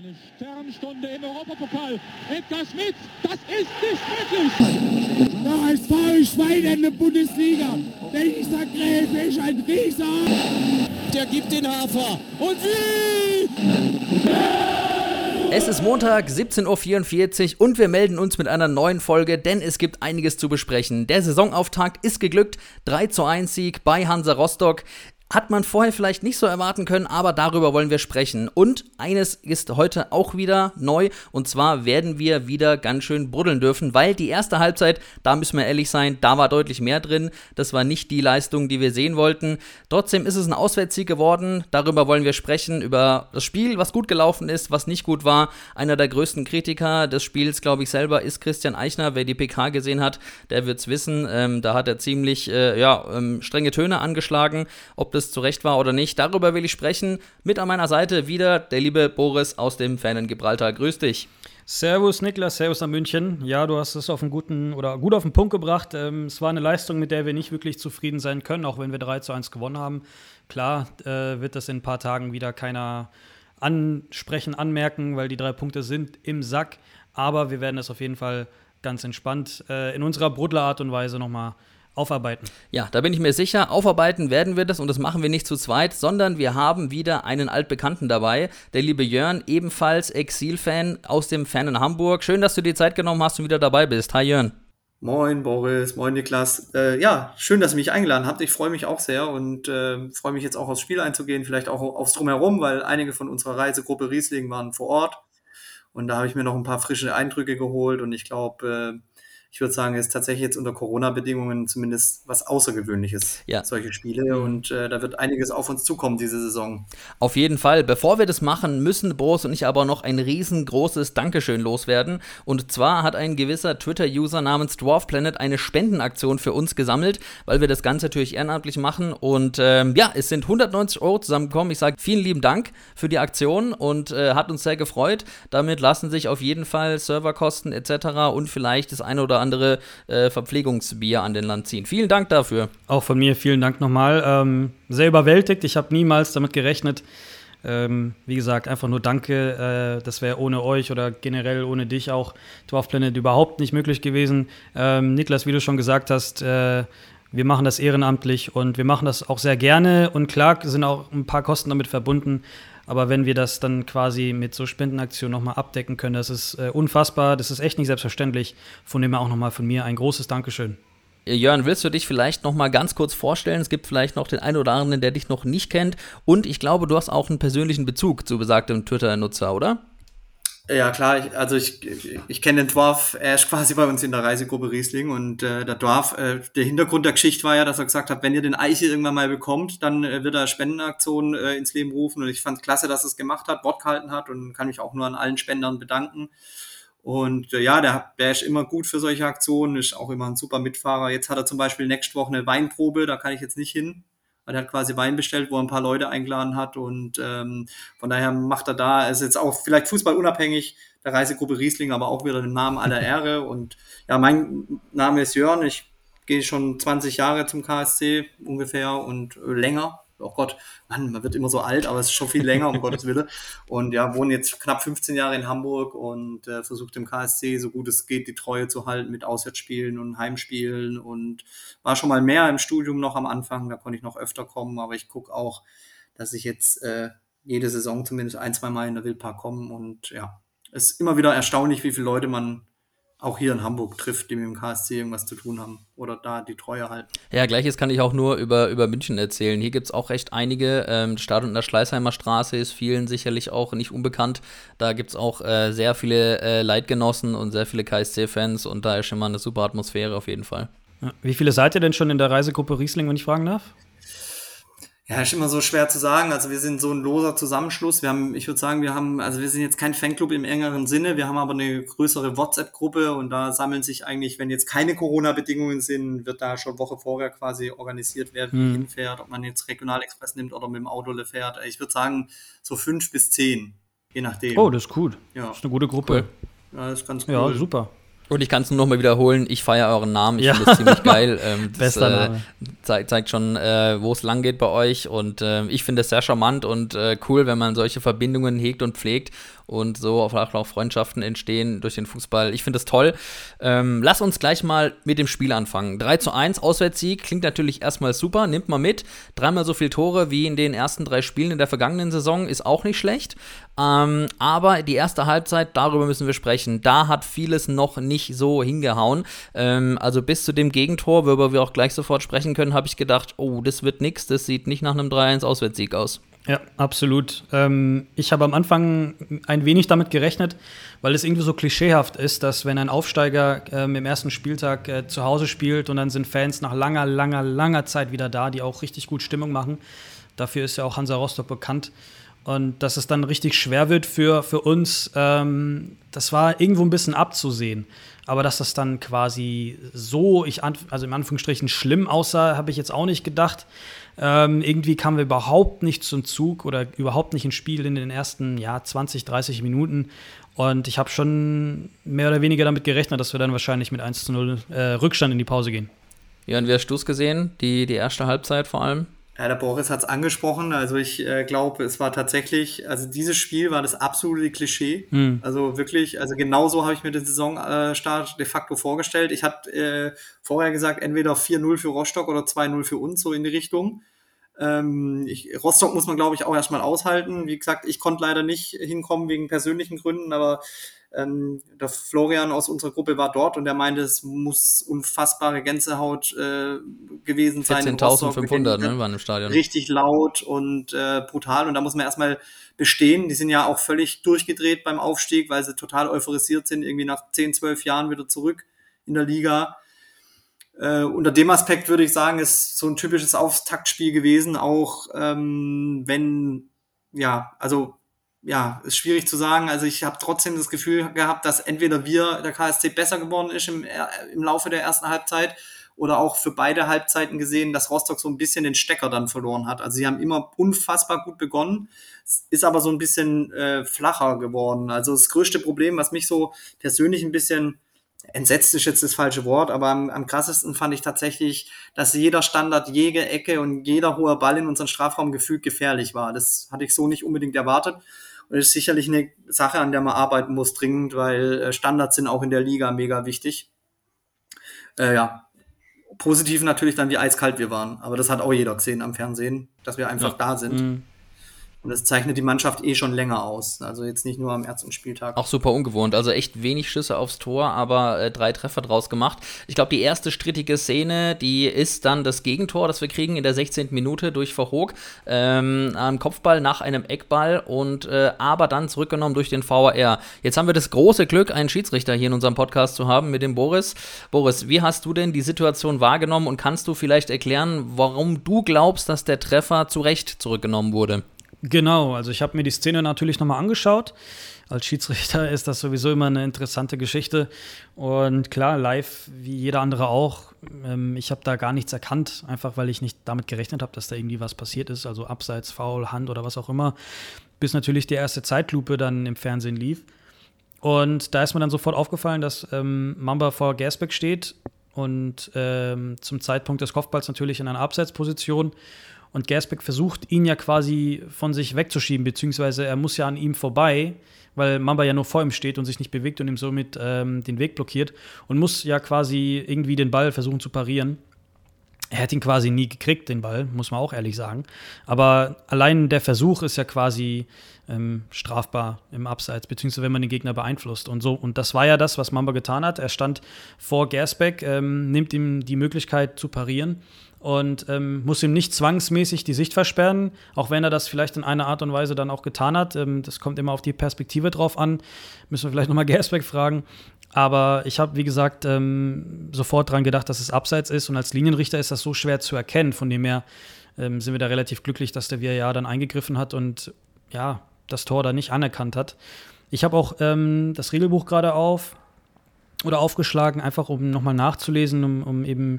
Eine Sternstunde im Europapokal. Edgar Schmidt, das ist nicht möglich. Der HSV Schwein in der Bundesliga. Dieser Gräfe ist ein Rieser. Der gibt den Hafer. Und wie? Es ist Montag, 17.44 Uhr und wir melden uns mit einer neuen Folge, denn es gibt einiges zu besprechen. Der Saisonauftakt ist geglückt, 3:1 Sieg bei Hansa Rostock. Hat man vorher vielleicht nicht so erwarten können, aber darüber wollen wir sprechen. Und eines ist heute auch wieder neu, und zwar werden wir wieder ganz schön bruddeln dürfen, weil die erste Halbzeit, da müssen wir ehrlich sein, da war deutlich mehr drin. Das war nicht die Leistung, die wir sehen wollten. Trotzdem ist es ein Auswärtssieg geworden. Darüber wollen wir sprechen, über das Spiel, was gut gelaufen ist, was nicht gut war. Einer der größten Kritiker des Spiels, glaube ich selber, ist Christian Eichner. Wer die PK gesehen hat, der wird es wissen. Da hat er ziemlich strenge Töne angeschlagen. Ob das zu Recht war oder nicht, darüber will ich sprechen. Mit an meiner Seite wieder der liebe Boris aus dem fernen Gibraltar. Grüß dich. Servus Niklas, servus nach München. Ja, du hast es gut auf den Punkt gebracht. Es war eine Leistung, mit der wir nicht wirklich zufrieden sein können, auch wenn wir 3:1 gewonnen haben. Klar wird das in ein paar Tagen wieder keiner anmerken, weil die 3 Punkte sind im Sack. Aber wir werden das auf jeden Fall ganz entspannt in unserer Bruddler-Art und Weise nochmal aufarbeiten. Ja, da bin ich mir sicher, aufarbeiten werden wir das, und das machen wir nicht zu zweit, sondern wir haben wieder einen Altbekannten dabei, der liebe Jörn, ebenfalls Exil-Fan aus dem fernen Hamburg. Schön, dass du dir Zeit genommen hast und wieder dabei bist. Hi Jörn. Moin Boris, moin Niklas. Schön, dass ihr mich eingeladen habt. Ich freue mich auch sehr und freue mich jetzt auch aufs Spiel einzugehen, vielleicht auch aufs Drumherum, weil einige von unserer Reisegruppe Riesling waren vor Ort und da habe ich mir noch ein paar frische Eindrücke geholt und ich glaube, ich würde sagen, es ist tatsächlich jetzt unter Corona-Bedingungen zumindest was Außergewöhnliches, solche Spiele. Und da wird einiges auf uns zukommen diese Saison. Auf jeden Fall. Bevor wir das machen, müssen Boris und ich aber noch ein riesengroßes Dankeschön loswerden. Und zwar hat ein gewisser Twitter-User namens Dwarf Planet eine Spendenaktion für uns gesammelt, weil wir das Ganze natürlich ehrenamtlich machen. Und es sind 190 € zusammengekommen. Ich sage vielen lieben Dank für die Aktion und hat uns sehr gefreut. Damit lassen sich auf jeden Fall Serverkosten etc. und vielleicht das eine oder andere Verpflegungsbier an den Land ziehen. Vielen Dank dafür. Auch von mir vielen Dank nochmal. Sehr überwältigt, ich habe niemals damit gerechnet. Wie gesagt, einfach nur danke. Das wäre ohne euch oder generell ohne dich auch Dwarf Planet überhaupt nicht möglich gewesen. Niklas, wie du schon gesagt hast, wir machen das ehrenamtlich und wir machen das auch sehr gerne. Und klar sind auch ein paar Kosten damit verbunden. Aber wenn wir das dann quasi mit so Spendenaktionen nochmal abdecken können, das ist unfassbar, das ist echt nicht selbstverständlich. Von dem her auch nochmal von mir ein großes Dankeschön. Jörn, willst du dich vielleicht nochmal ganz kurz vorstellen? Es gibt vielleicht noch den einen oder anderen, der dich noch nicht kennt. Und ich glaube, du hast auch einen persönlichen Bezug zu besagtem Twitter-Nutzer, oder? Ja, klar, ich kenne den Dwarf, er ist quasi bei uns in der Reisegruppe Riesling und der Dwarf, der Hintergrund der Geschichte war ja, dass er gesagt hat, wenn ihr den Eichel irgendwann mal bekommt, dann wird er Spendenaktionen ins Leben rufen und ich fand klasse, dass er es gemacht hat, Wort gehalten hat und kann mich auch nur an allen Spendern bedanken und der ist immer gut für solche Aktionen, ist auch immer ein super Mitfahrer. Jetzt hat er zum Beispiel nächste Woche eine Weinprobe, da kann ich jetzt nicht hin. Weil er hat quasi Wein bestellt, wo er ein paar Leute eingeladen hat und von daher macht er da, ist jetzt auch vielleicht fußballunabhängig, der Reisegruppe Riesling, aber auch wieder den Namen aller Ehre und ja, mein Name ist Jörn, ich gehe schon 20 Jahre zum KSC ungefähr und länger. Oh Gott, Mann, man wird immer so alt, aber es ist schon viel länger, um Gottes Willen. Und ja, wohne jetzt knapp 15 Jahre in Hamburg und versuche dem KSC, so gut es geht, die Treue zu halten mit Auswärtsspielen und Heimspielen und war schon mal mehr im Studium noch am Anfang, da konnte ich noch öfter kommen, aber ich gucke auch, dass ich jetzt jede Saison zumindest 1-2 Mal in der Wildpark komme und ja, es ist immer wieder erstaunlich, wie viele Leute man auch hier in Hamburg trifft, die mit dem KSC irgendwas zu tun haben oder da die Treue halten. Ja, Gleiches kann ich auch nur über München erzählen. Hier gibt es auch recht einige. Das Stadion in der Schleißheimer Straße ist vielen sicherlich auch nicht unbekannt. Da gibt es auch sehr viele Leitgenossen und sehr viele KSC-Fans und da ist schon mal eine super Atmosphäre auf jeden Fall. Ja. Wie viele seid ihr denn schon in der Reisegruppe Riesling, wenn ich fragen darf? Ja, ist immer so schwer zu sagen. Also wir sind so ein loser Zusammenschluss. Wir sind jetzt kein Fanclub im engeren Sinne. Wir haben aber eine größere WhatsApp-Gruppe und da sammeln sich eigentlich, wenn jetzt keine Corona-Bedingungen sind, wird da schon Woche vorher quasi organisiert, wer wie hinfährt, ob man jetzt Regionalexpress nimmt oder mit dem Auto fährt. Ich würde sagen, so 5 bis 10, je nachdem. Oh, das ist gut. Ja. Das ist eine gute Gruppe. Cool. Ja, das ist ganz cool. Ja, super. Und ich kann es nur noch mal wiederholen, ich feiere euren Namen, ich finde das ziemlich geil. Bester Name. Zeigt schon, wo es lang geht bei euch und ich finde es sehr charmant und cool, wenn man solche Verbindungen hegt und pflegt und so auch Freundschaften entstehen durch den Fußball. Ich finde das toll. Lass uns gleich mal mit dem Spiel anfangen. 3:1 Auswärtssieg, klingt natürlich erstmal super, nimmt man mit. 3-mal so viele Tore wie in den ersten 3 Spielen in der vergangenen Saison ist auch nicht schlecht. Aber die erste Halbzeit, darüber müssen wir sprechen. Da hat vieles noch nicht so hingehauen. Also bis zu dem Gegentor, worüber wir auch gleich sofort sprechen können, habe ich gedacht, oh, das wird nix, das sieht nicht nach einem 3-1 Auswärtssieg aus. Ja, absolut. Ich habe am Anfang ein wenig damit gerechnet, weil es irgendwie so klischeehaft ist, dass wenn ein Aufsteiger im ersten Spieltag zu Hause spielt und dann sind Fans nach langer Zeit wieder da, die auch richtig gut Stimmung machen. Dafür ist ja auch Hansa Rostock bekannt. Und dass es dann richtig schwer wird für uns, das war irgendwo ein bisschen abzusehen. Aber dass das dann quasi so, also im Anführungsstrichen schlimm aussah, habe ich jetzt auch nicht gedacht. Irgendwie kamen wir überhaupt nicht zum Zug oder überhaupt nicht ins Spiel in den ersten 20, 30 Minuten. Und ich habe schon mehr oder weniger damit gerechnet, dass wir dann wahrscheinlich mit 1:0 Rückstand in die Pause gehen. Ja, und wie hast du es gesehen? Die erste Halbzeit vor allem? Ja, der Boris hat es angesprochen. Also ich glaube, es war tatsächlich, also dieses Spiel war das absolute Klischee. Also wirklich, also genauso habe ich mir den Saisonstart de facto vorgestellt. Ich hatte vorher gesagt, entweder 4-0 für Rostock oder 2-0 für uns, so in die Richtung. Rostock muss man, glaube ich, auch erstmal aushalten. Wie gesagt, ich konnte leider nicht hinkommen wegen persönlichen Gründen, aber der Florian aus unserer Gruppe war dort und er meinte, es muss unfassbare Gänsehaut gewesen sein. 14.500 waren im Stadion. Richtig laut und brutal und da muss man erstmal bestehen. Die sind ja auch völlig durchgedreht beim Aufstieg, weil sie total euphorisiert sind, irgendwie nach 10, 12 Jahren wieder zurück in der Liga. Unter dem Aspekt würde ich sagen, ist so ein typisches Auftaktspiel gewesen, auch ist schwierig zu sagen. Also ich habe trotzdem das Gefühl gehabt, dass entweder der KSC besser geworden ist im Laufe der ersten Halbzeit oder auch für beide Halbzeiten gesehen, dass Rostock so ein bisschen den Stecker dann verloren hat. Also sie haben immer unfassbar gut begonnen, ist aber so ein bisschen flacher geworden. Also das größte Problem, was mich so persönlich ein bisschen entsetzt ist jetzt das falsche Wort, aber am krassesten fand ich tatsächlich, dass jeder Standard, jede Ecke und jeder hohe Ball in unserem Strafraum gefühlt gefährlich war. Das hatte ich so nicht unbedingt erwartet. Und das ist sicherlich eine Sache, an der man arbeiten muss dringend, weil Standards sind auch in der Liga mega wichtig. Positiv natürlich dann, wie eiskalt wir waren. Aber das hat auch jeder gesehen am Fernsehen, dass wir einfach da sind. Und das zeichnet die Mannschaft schon länger aus. Also jetzt nicht nur am ersten Spieltag. Auch super ungewohnt. Also echt wenig Schüsse aufs Tor, aber 3 Treffer draus gemacht. Ich glaube, die erste strittige Szene, die ist dann das Gegentor, das wir kriegen in der 16. Minute durch Verhoog. Ein Kopfball nach einem Eckball und aber dann zurückgenommen durch den VAR. Jetzt haben wir das große Glück, einen Schiedsrichter hier in unserem Podcast zu haben mit dem Boris. Boris, wie hast du denn die Situation wahrgenommen und kannst du vielleicht erklären, warum du glaubst, dass der Treffer zu Recht zurückgenommen wurde? Genau, also ich habe mir die Szene natürlich nochmal angeschaut. Als Schiedsrichter ist das sowieso immer eine interessante Geschichte. Und klar, live, wie jeder andere auch, ich habe da gar nichts erkannt, einfach weil ich nicht damit gerechnet habe, dass da irgendwie was passiert ist, also Abseits, Foul, Hand oder was auch immer, bis natürlich die erste Zeitlupe dann im Fernsehen lief. Und da ist mir dann sofort aufgefallen, dass Mamba vor Gersbeck steht und zum Zeitpunkt des Kopfballs natürlich in einer Abseitsposition. Und Gersbeck versucht, ihn ja quasi von sich wegzuschieben, beziehungsweise er muss ja an ihm vorbei, weil Mamba ja nur vor ihm steht und sich nicht bewegt und ihm somit den Weg blockiert und muss ja quasi irgendwie den Ball versuchen zu parieren. Er hätte ihn quasi nie gekriegt, den Ball, muss man auch ehrlich sagen. Aber allein der Versuch ist ja quasi strafbar im Abseits, beziehungsweise wenn man den Gegner beeinflusst und so. Und das war ja das, was Mamba getan hat. Er stand vor Gersbeck, nimmt ihm die Möglichkeit zu parieren und muss ihm nicht zwangsmäßig die Sicht versperren, auch wenn er das vielleicht in einer Art und Weise dann auch getan hat. Das kommt immer auf die Perspektive drauf an. Müssen wir vielleicht nochmal Gersbeck fragen. Aber ich habe, wie gesagt, sofort dran gedacht, dass es Abseits ist. Und als Linienrichter ist das so schwer zu erkennen. Von dem her sind wir da relativ glücklich, dass der VAR dann eingegriffen hat und ja, das Tor da nicht anerkannt hat. Ich habe auch das Regelbuch gerade aufgeschlagen, einfach um nochmal nachzulesen, um eben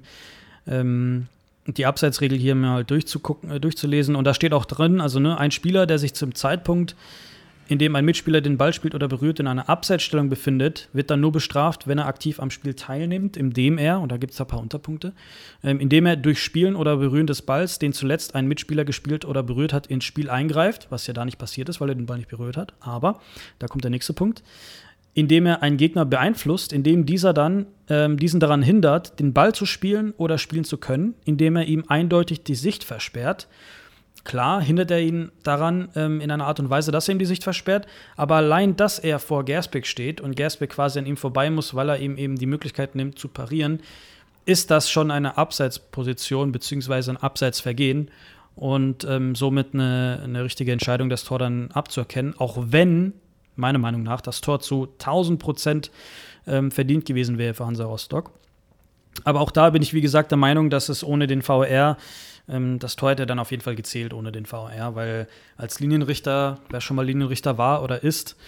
die Abseitsregel hier mal durchzulesen. Und da steht auch drin, also ein Spieler, der sich zum Zeitpunkt in dem ein Mitspieler den Ball spielt oder berührt, in einer Abseitsstellung befindet, wird dann nur bestraft, wenn er aktiv am Spiel teilnimmt, indem er, und da gibt es ein paar Unterpunkte, indem er durch Spielen oder Berühren des Balls, den zuletzt ein Mitspieler gespielt oder berührt hat, ins Spiel eingreift, was ja da nicht passiert ist, weil er den Ball nicht berührt hat. Aber, da kommt der nächste Punkt, indem er einen Gegner beeinflusst, indem dieser dann diesen daran hindert, den Ball zu spielen oder spielen zu können, indem er ihm eindeutig die Sicht versperrt. Klar hindert er ihn daran in einer Art und Weise, dass er ihm die Sicht versperrt, aber allein, dass er vor Gersbeck steht und Gersbeck quasi an ihm vorbei muss, weil er ihm eben die Möglichkeit nimmt zu parieren, ist das schon eine Abseitsposition bzw. ein Abseitsvergehen und somit eine richtige Entscheidung, das Tor dann abzuerkennen, auch wenn, meiner Meinung nach, das Tor zu 1000% verdient gewesen wäre für Hansa Rostock. Aber auch da bin ich, wie gesagt, der Meinung, dass es ohne den VAR das Tor hätte dann auf jeden Fall gezählt ohne den VAR, weil als Linienrichter, wer schon mal Linienrichter war oder ist,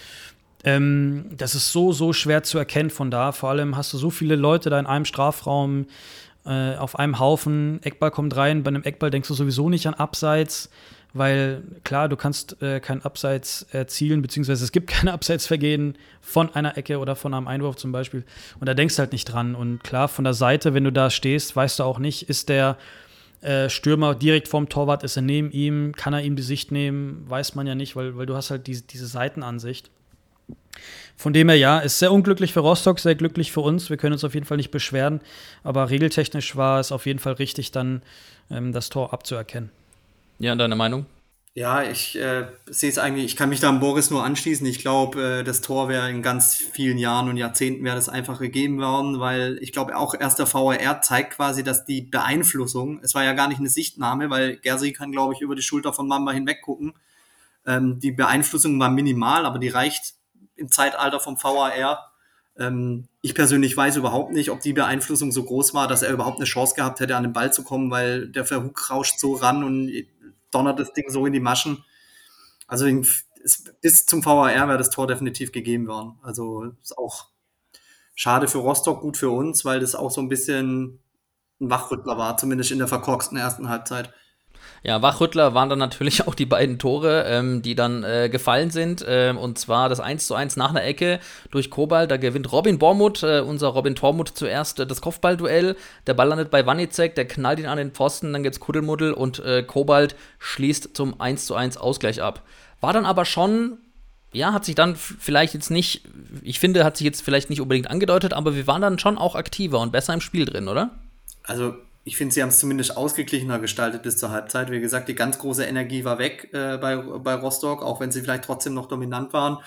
das ist so schwer zu erkennen von da. Vor allem hast du so viele Leute da in einem Strafraum auf einem Haufen. Eckball kommt rein, bei einem Eckball denkst du sowieso nicht an Abseits, weil klar, du kannst kein Abseits erzielen, beziehungsweise es gibt keine Abseitsvergehen von einer Ecke oder von einem Einwurf zum Beispiel. Und da denkst du halt nicht dran. Und klar, von der Seite, wenn du da stehst, weißt du auch nicht, ist der Stürmer direkt vorm Torwart, ist er neben ihm, kann er ihm die Sicht nehmen, weiß man ja nicht, weil du hast halt diese Seitenansicht. Von dem her, ja, ist sehr unglücklich für Rostock, sehr glücklich für uns. Wir können uns auf jeden Fall nicht beschweren, aber regeltechnisch war es auf jeden Fall richtig, dann das Tor abzuerkennen. Ja, deine Meinung? Ja, ich sehe es eigentlich, ich kann mich da an Boris nur anschließen. Ich glaube, das Tor wäre in ganz vielen Jahren und Jahrzehnten wäre das einfach gegeben worden, weil ich glaube auch erst der VAR zeigt quasi, dass die Beeinflussung, es war ja gar nicht eine Sichtnahme, weil Gersi kann, glaube ich, über die Schulter von Mamba hinweg gucken. Die Beeinflussung war minimal, aber die reicht im Zeitalter vom VAR. Ich persönlich weiß überhaupt nicht, ob die Beeinflussung so groß war, dass er überhaupt eine Chance gehabt hätte, an den Ball zu kommen, weil der Verhoek rauscht so ran und donnert das Ding so in die Maschen. Also bis zum VAR wäre das Tor definitiv gegeben worden. Also ist auch schade für Rostock, gut für uns, weil das auch so ein bisschen ein Wachrüttler war, zumindest in der verkorksten ersten Halbzeit. Ja, Wachrüttler waren dann natürlich auch die beiden Tore, die dann gefallen sind. Und zwar das 1:1 nach einer Ecke durch Kobal. Da gewinnt Robin Bormuth, unser Robin Tormuth, zuerst das Kopfballduell. Der Ball landet bei Wanizek, der knallt ihn an den Pfosten. Dann gibt's Kuddelmuddel und Kobalt schließt zum 1:1 Ausgleich ab. War dann aber schon, ja, hat sich dann vielleicht jetzt nicht, ich finde, hat sich jetzt vielleicht nicht unbedingt angedeutet, aber wir waren dann schon auch aktiver und besser im Spiel drin, oder? Also ich finde, sie haben es zumindest ausgeglichener gestaltet bis zur Halbzeit. Wie gesagt, die ganz große Energie war weg bei Rostock, auch wenn sie vielleicht trotzdem noch dominant waren.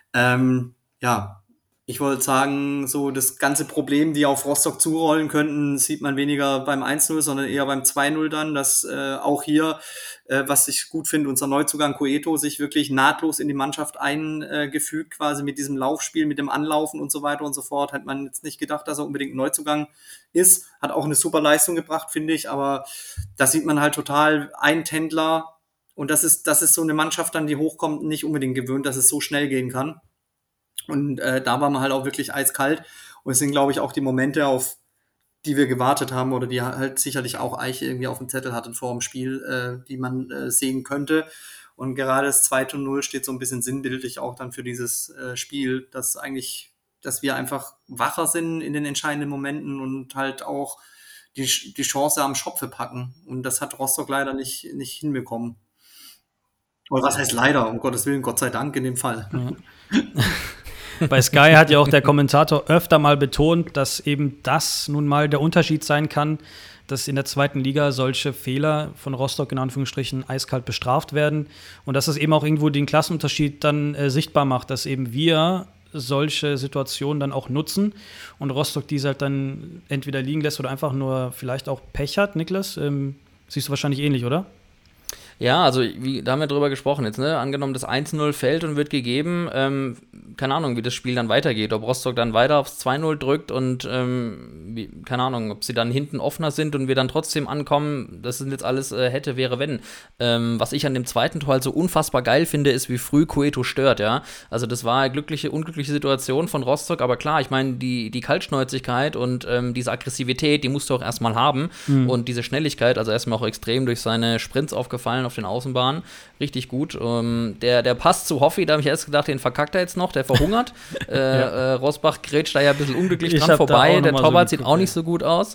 Ja, ich wollte sagen, so das ganze Problem, die auf Rostock zurollen könnten, sieht man weniger beim 1:0, sondern eher beim 2:0 dann, dass auch hier, was ich gut finde, unser Neuzugang Cueto sich wirklich nahtlos in die Mannschaft eingefügt, quasi mit diesem Laufspiel, mit dem Anlaufen und so weiter und so fort. Hat man jetzt nicht gedacht, dass er unbedingt ein Neuzugang ist. Hat auch eine super Leistung gebracht, finde ich, aber da sieht man halt total ein Tändler und das ist so eine Mannschaft dann, die hochkommt, nicht unbedingt gewöhnt, dass es so schnell gehen kann. Und da war man halt auch wirklich eiskalt. Und es sind, glaube ich, auch die Momente, auf die wir gewartet haben oder die halt sicherlich auch Eiche irgendwie auf dem Zettel hatten vor dem Spiel, die man sehen könnte. Und gerade das 2:0 steht so ein bisschen sinnbildlich auch dann für dieses Spiel, dass wir einfach wacher sind in den entscheidenden Momenten und halt auch die Chance am Schopfe packen. Und das hat Rostock leider nicht hinbekommen. Oder was heißt leider? Um Gottes Willen, Gott sei Dank in dem Fall. Ja. Bei Sky hat ja auch der Kommentator öfter mal betont, dass eben das nun mal der Unterschied sein kann, dass in der zweiten Liga solche Fehler von Rostock in Anführungsstrichen eiskalt bestraft werden und dass es eben auch irgendwo den Klassenunterschied dann sichtbar macht, dass eben wir solche Situationen dann auch nutzen und Rostock diese halt dann entweder liegen lässt oder einfach nur vielleicht auch Pech hat. Niklas, siehst du wahrscheinlich ähnlich, oder? Ja, also da haben wir drüber gesprochen jetzt, ne? Angenommen, das 1:0 fällt und wird gegeben, keine Ahnung, wie das Spiel dann weitergeht, ob Rostock dann weiter aufs 2-0 drückt und keine Ahnung, ob sie dann hinten offener sind und wir dann trotzdem ankommen, das sind jetzt alles hätte, wäre, wenn. Was ich an dem zweiten Tor halt so unfassbar geil finde, ist, wie früh Cueto stört, ja. Also das war eine unglückliche Situation von Rostock, aber klar, ich meine, die Kaltschnäuzigkeit und diese Aggressivität, die musst du auch erstmal haben und diese Schnelligkeit, also erstmal auch extrem durch seine Sprints aufgefallen auf den Außenbahnen, richtig gut. Der Pass zu Hoffi, da habe ich erst gedacht, den verkackt er jetzt noch, der verhungert. Rosbach grätscht da ja ein bisschen unglücklich dran vorbei, der Torwart sieht auch nicht so gut aus.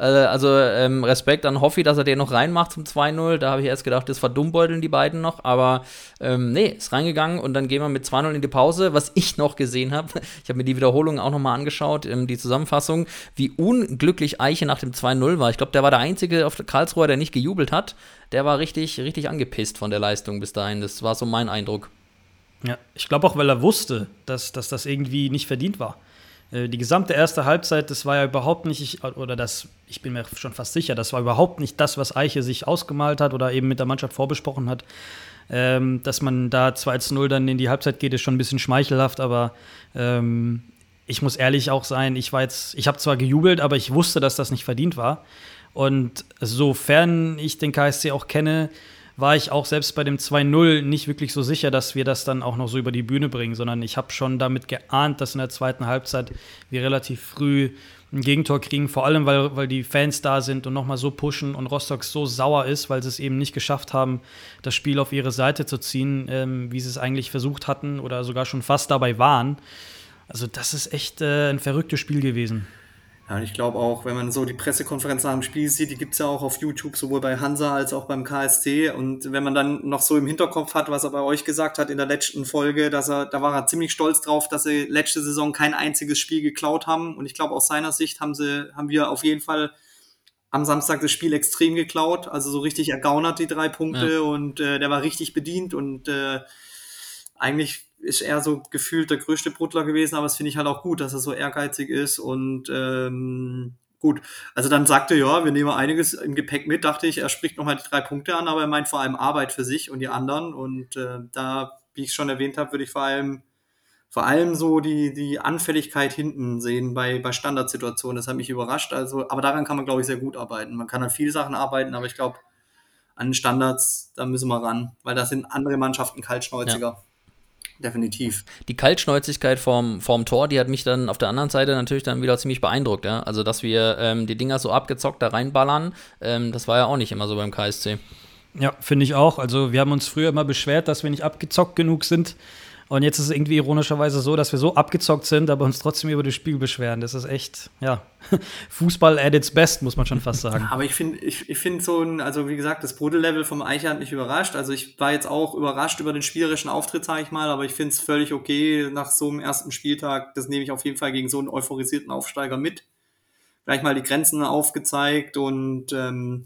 Respekt an Hoffi, dass er den noch reinmacht zum 2-0, da habe ich erst gedacht, das verdummbeuteln die beiden noch, aber nee, ist reingegangen und dann gehen wir mit 2-0 in die Pause. Was ich noch gesehen habe, ich habe mir die Wiederholung auch nochmal angeschaut, die Zusammenfassung, wie unglücklich Eiche nach dem 2-0 war. Ich glaube, der war der Einzige auf Karlsruhe, der nicht gejubelt hat. Der war richtig, richtig angepisst von der Leistung bis dahin. Das war so mein Eindruck. Ja, ich glaube auch, weil er wusste, dass das irgendwie nicht verdient war. Die gesamte erste Halbzeit, das war ja überhaupt nicht, ich bin mir schon fast sicher, das war überhaupt nicht das, was Eiche sich ausgemalt hat oder eben mit der Mannschaft vorbesprochen hat. Dass man da 2-0 dann in die Halbzeit geht, ist schon ein bisschen schmeichelhaft, aber ich muss ehrlich auch sein, ich habe zwar gejubelt, aber ich wusste, dass das nicht verdient war. Und sofern ich den KSC auch kenne, war ich auch selbst bei dem 2-0 nicht wirklich so sicher, dass wir das dann auch noch so über die Bühne bringen, sondern ich habe schon damit geahnt, dass in der zweiten Halbzeit wir relativ früh ein Gegentor kriegen, vor allem, weil die Fans da sind und nochmal so pushen und Rostock so sauer ist, weil sie es eben nicht geschafft haben, das Spiel auf ihre Seite zu ziehen, wie sie es eigentlich versucht hatten oder sogar schon fast dabei waren. Also das ist echt ein verrücktes Spiel gewesen. Ja, und ich glaube auch, wenn man so die Pressekonferenz nach dem Spiel sieht, die gibt's ja auch auf YouTube, sowohl bei Hansa als auch beim KSC. Und wenn man dann noch so im Hinterkopf hat, was er bei euch gesagt hat in der letzten Folge, da war er ziemlich stolz drauf, dass sie letzte Saison kein einziges Spiel geklaut haben. Und ich glaube, aus seiner Sicht haben wir auf jeden Fall am Samstag das Spiel extrem geklaut. Also so richtig ergaunert, die 3 Punkte. Ja. Und der war richtig bedient und eigentlich ist er so gefühlt der größte Bruttler gewesen, aber das finde ich halt auch gut, dass er so ehrgeizig ist und gut. Also dann sagte ja, wir nehmen einiges im Gepäck mit, dachte ich, er spricht nochmal die 3 Punkte an, aber er meint vor allem Arbeit für sich und die anderen und da, wie ich schon erwähnt habe, würde ich vor allem so die Anfälligkeit hinten sehen bei Standardsituationen, das hat mich überrascht, also, aber daran kann man, glaube ich, sehr gut arbeiten. Man kann an viele Sachen arbeiten, aber ich glaube, an Standards, da müssen wir ran, weil da sind andere Mannschaften kaltschnäuziger. Ja. Definitiv. Die Kaltschnäuzigkeit vorm Tor, die hat mich dann auf der anderen Seite natürlich dann wieder ziemlich beeindruckt. Ja? Also, dass wir die Dinger so abgezockt da reinballern, das war ja auch nicht immer so beim KSC. Ja, finde ich auch. Also, wir haben uns früher immer beschwert, dass wir nicht abgezockt genug sind. Und jetzt ist es irgendwie ironischerweise so, dass wir so abgezockt sind, aber uns trotzdem über das Spiel beschweren. Das ist echt, ja, Fußball at its best, muss man schon fast sagen. Aber ich finde so also wie gesagt, das Brudel-Level vom Eicher hat mich überrascht. Also ich war jetzt auch überrascht über den spielerischen Auftritt, sage ich mal, aber ich finde es völlig okay nach so einem ersten Spieltag. Das nehme ich auf jeden Fall gegen so einen euphorisierten Aufsteiger mit. Gleich mal die Grenzen aufgezeigt und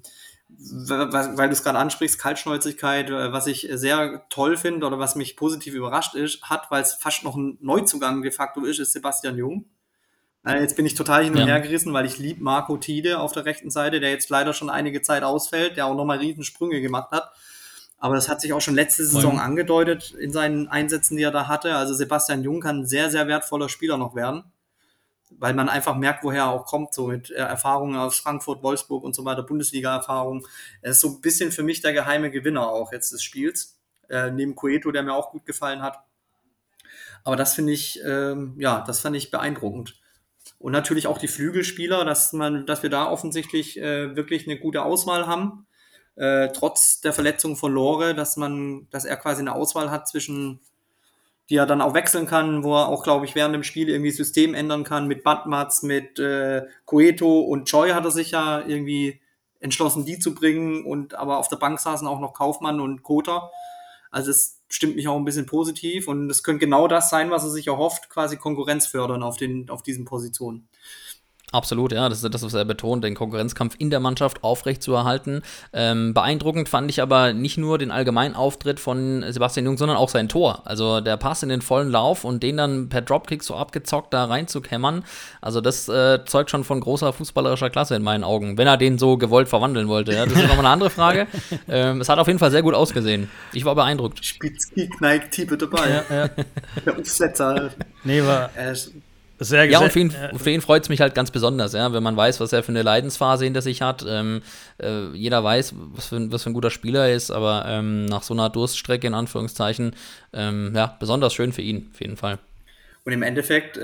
weil du es gerade ansprichst, Kaltschnäuzigkeit, was ich sehr toll finde oder was mich positiv überrascht hat, weil es fast noch ein Neuzugang de facto ist Sebastian Jung. Jetzt bin ich total hin und her gerissen, weil ich liebe Marco Tiede auf der rechten Seite, der jetzt leider schon einige Zeit ausfällt, der auch nochmal Riesensprünge gemacht hat. Aber das hat sich auch schon letzte Saison angedeutet in seinen Einsätzen, die er da hatte. Also Sebastian Jung kann ein sehr, sehr wertvoller Spieler noch werden, weil man einfach merkt, woher er auch kommt, so mit Erfahrungen aus Frankfurt, Wolfsburg und so weiter, Bundesliga-Erfahrung. Er ist so ein bisschen für mich der geheime Gewinner auch jetzt des Spiels, neben Cueto, der mir auch gut gefallen hat. Aber das finde ich, das fand ich beeindruckend. Und natürlich auch die Flügelspieler, dass wir da offensichtlich wirklich eine gute Auswahl haben, trotz der Verletzung von Lore, dass er quasi eine Auswahl hat zwischen, die er dann auch wechseln kann, wo er auch, glaube ich, während dem Spiel irgendwie System ändern kann, mit Badmats, mit Cueto und Choi hat er sich ja irgendwie entschlossen, die zu bringen, aber auf der Bank saßen auch noch Kaufmann und Kota. Also es stimmt mich auch ein bisschen positiv und es könnte genau das sein, was er sich erhofft, quasi Konkurrenz fördern auf diesen Positionen. Absolut, ja, das ist das, was er betont, den Konkurrenzkampf in der Mannschaft aufrechtzuerhalten. Beeindruckend fand ich aber nicht nur den allgemeinen Auftritt von Sebastian Jung, sondern auch sein Tor. Also der Pass in den vollen Lauf und den dann per Dropkick so abgezockt da reinzukämmern. Also das zeugt schon von großer fußballerischer Klasse in meinen Augen, wenn er den so gewollt verwandeln wollte. Ja? Das ist nochmal eine andere Frage. Es hat auf jeden Fall sehr gut ausgesehen. Ich war beeindruckt. Spitzki, Kneik, Tiepe dabei. Ja. Der Aufsetzer. Nee, war Sehr ja, und für ihn freut es mich halt ganz besonders, ja, wenn man weiß, was er für eine Leidensphase hinter sich hat. Jeder weiß, was für ein guter Spieler er ist, aber nach so einer Durststrecke in Anführungszeichen, besonders schön für ihn, auf jeden Fall. Und im Endeffekt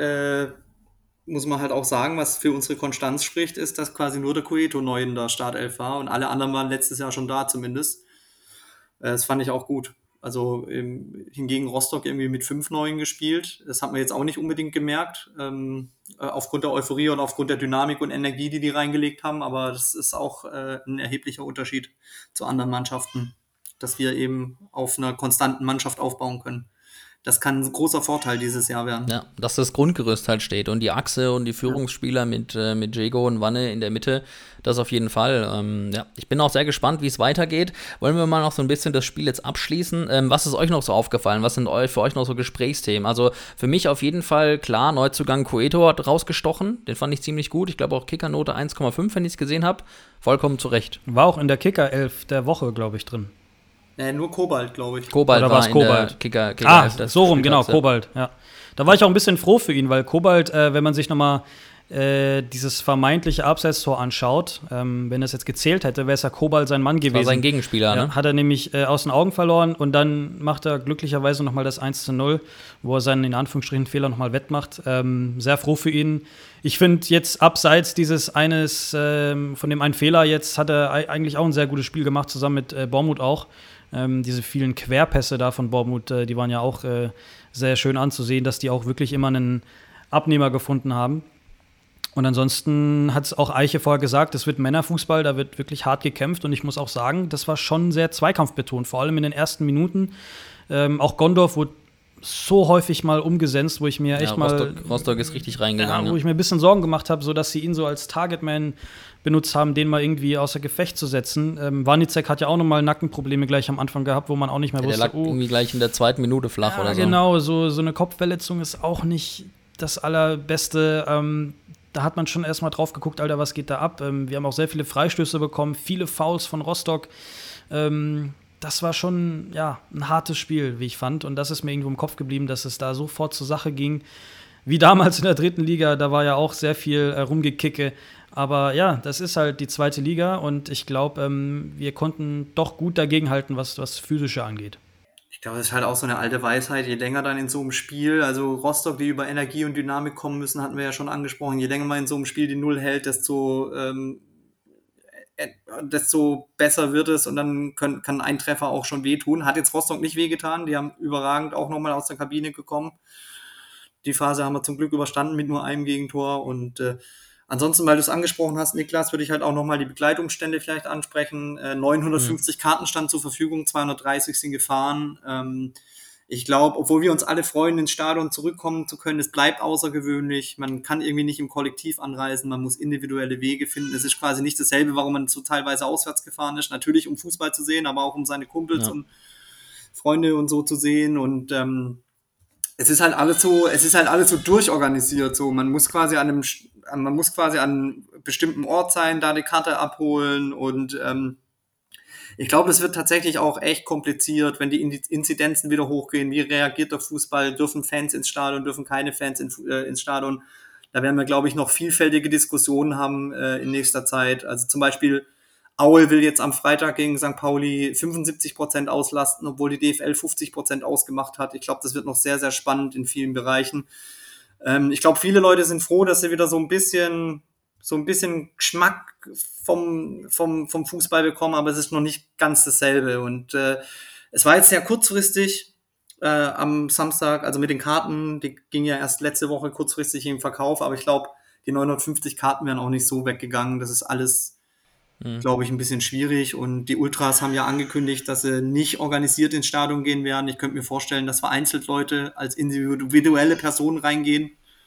muss man halt auch sagen, was für unsere Konstanz spricht, ist, dass quasi nur der Cueto neu in der Startelf war und alle anderen waren letztes Jahr schon da zumindest. Das fand ich auch gut. Also hingegen Rostock irgendwie mit 5 Neuen gespielt. Das hat man jetzt auch nicht unbedingt gemerkt, aufgrund der Euphorie und aufgrund der Dynamik und Energie, die reingelegt haben. Aber das ist auch ein erheblicher Unterschied zu anderen Mannschaften, dass wir eben auf einer konstanten Mannschaft aufbauen können. Das kann ein großer Vorteil dieses Jahr werden. Ja, dass das Grundgerüst halt steht und die Achse und die Führungsspieler mit Jego und Wanne in der Mitte, das auf jeden Fall. Ich bin auch sehr gespannt, wie es weitergeht. Wollen wir mal noch so ein bisschen das Spiel jetzt abschließen? Was ist euch noch so aufgefallen? Was sind für euch noch so Gesprächsthemen? Also für mich auf jeden Fall klar, Neuzugang Cueto hat rausgestochen. Den fand ich ziemlich gut. Ich glaube auch Kickernote 1,5, wenn ich es gesehen habe. Vollkommen zu Recht. War auch in der Kicker-11 der Woche, glaube ich, drin. Nur Kobalt, glaube ich. Kobalt war in Kobalt? Der Kicker so rum, genau, Kobalt, ja. Da war ich auch ein bisschen froh für ihn, weil Kobalt, wenn man sich nochmal dieses vermeintliche Abseitstor anschaut, wenn er es jetzt gezählt hätte, wäre es ja Kobalt sein Mann gewesen. Das war sein Gegenspieler, ja, ne? Hat er nämlich aus den Augen verloren und dann macht er glücklicherweise nochmal das 1:0, wo er seinen, in Anführungsstrichen, Fehler nochmal wettmacht. Sehr froh für ihn. Ich finde jetzt, abseits dieses eines, von dem einen Fehler, jetzt hat er eigentlich auch ein sehr gutes Spiel gemacht, zusammen mit Bormuth auch. Diese vielen Querpässe da von Bormuth, die waren ja auch sehr schön anzusehen, dass die auch wirklich immer einen Abnehmer gefunden haben. Und ansonsten hat es auch Eiche vorher gesagt, es wird Männerfußball, da wird wirklich hart gekämpft. Und ich muss auch sagen, das war schon sehr zweikampfbetont, vor allem in den ersten Minuten. Auch Gondorf wurde so häufig mal umgesetzt, wo ich mir echt Rostock ist richtig reingegangen. Wo ich mir ein bisschen Sorgen gemacht habe, so dass sie ihn so als Targetman benutzt haben, den mal irgendwie außer Gefecht zu setzen. Wanicek hat ja auch nochmal Nackenprobleme gleich am Anfang gehabt, wo man auch nicht mehr wusste. Der lag irgendwie gleich in der 2. Minute flach oder so. Genau, so eine Kopfverletzung ist auch nicht das Allerbeste. Da hat man schon erstmal drauf geguckt, Alter, was geht da ab? Wir haben auch sehr viele Freistöße bekommen, viele Fouls von Rostock. Das war schon ein hartes Spiel, wie ich fand. Und das ist mir irgendwo im Kopf geblieben, dass es da sofort zur Sache ging. Wie damals in der 3. Liga, da war ja auch sehr viel Rumgekicke. Aber ja, das ist halt die 2. Liga und ich glaube, wir konnten doch gut dagegenhalten, was Physische angeht. Ich glaube, das ist halt auch so eine alte Weisheit, je länger dann in so einem Spiel, also Rostock, die über Energie und Dynamik kommen müssen, hatten wir ja schon angesprochen, je länger man in so einem Spiel die Null hält, desto besser wird es und dann kann ein Treffer auch schon wehtun. Hat jetzt Rostock nicht wehgetan, die haben überragend auch nochmal aus der Kabine gekommen. Die Phase haben wir zum Glück überstanden mit nur einem Gegentor und ansonsten, weil du es angesprochen hast, Niklas, würde ich halt auch nochmal die Begleitungsstände vielleicht ansprechen. 950 Karten standen zur Verfügung, 230 sind gefahren. Ich glaube, obwohl wir uns alle freuen, ins Stadion zurückkommen zu können, es bleibt außergewöhnlich. Man kann irgendwie nicht im Kollektiv anreisen, man muss individuelle Wege finden. Es ist quasi nicht dasselbe, warum man so teilweise auswärts gefahren ist. Natürlich, um Fußball zu sehen, aber auch um seine Kumpels und Freunde und so zu sehen. Und es ist halt alles so durchorganisiert. So, man muss quasi an einem bestimmten Ort sein, da die Karte abholen und ich glaube, es wird tatsächlich auch echt kompliziert, wenn die Inzidenzen wieder hochgehen. Wie reagiert der Fußball? Dürfen Fans ins Stadion, dürfen keine Fans ins Stadion? Da werden wir, glaube ich, noch vielfältige Diskussionen haben in nächster Zeit. Also zum Beispiel Aue will jetzt am Freitag gegen St. Pauli 75% auslasten, obwohl die DFL 50% ausgemacht hat. Ich glaube, das wird noch sehr, sehr spannend in vielen Bereichen. Ich glaube, viele Leute sind froh, dass sie wieder so ein bisschen Geschmack vom Fußball bekommen, aber es ist noch nicht ganz dasselbe. Und es war jetzt sehr kurzfristig am Samstag, also mit den Karten, die ging ja erst letzte Woche kurzfristig im Verkauf, aber ich glaube, die 950 Karten wären auch nicht so weggegangen. Das ist alles, glaube ich, ein bisschen schwierig. Und die Ultras haben ja angekündigt, dass sie nicht organisiert ins Stadion gehen werden. Ich könnte mir vorstellen, dass vereinzelt Leute als individuelle Personen reingehen.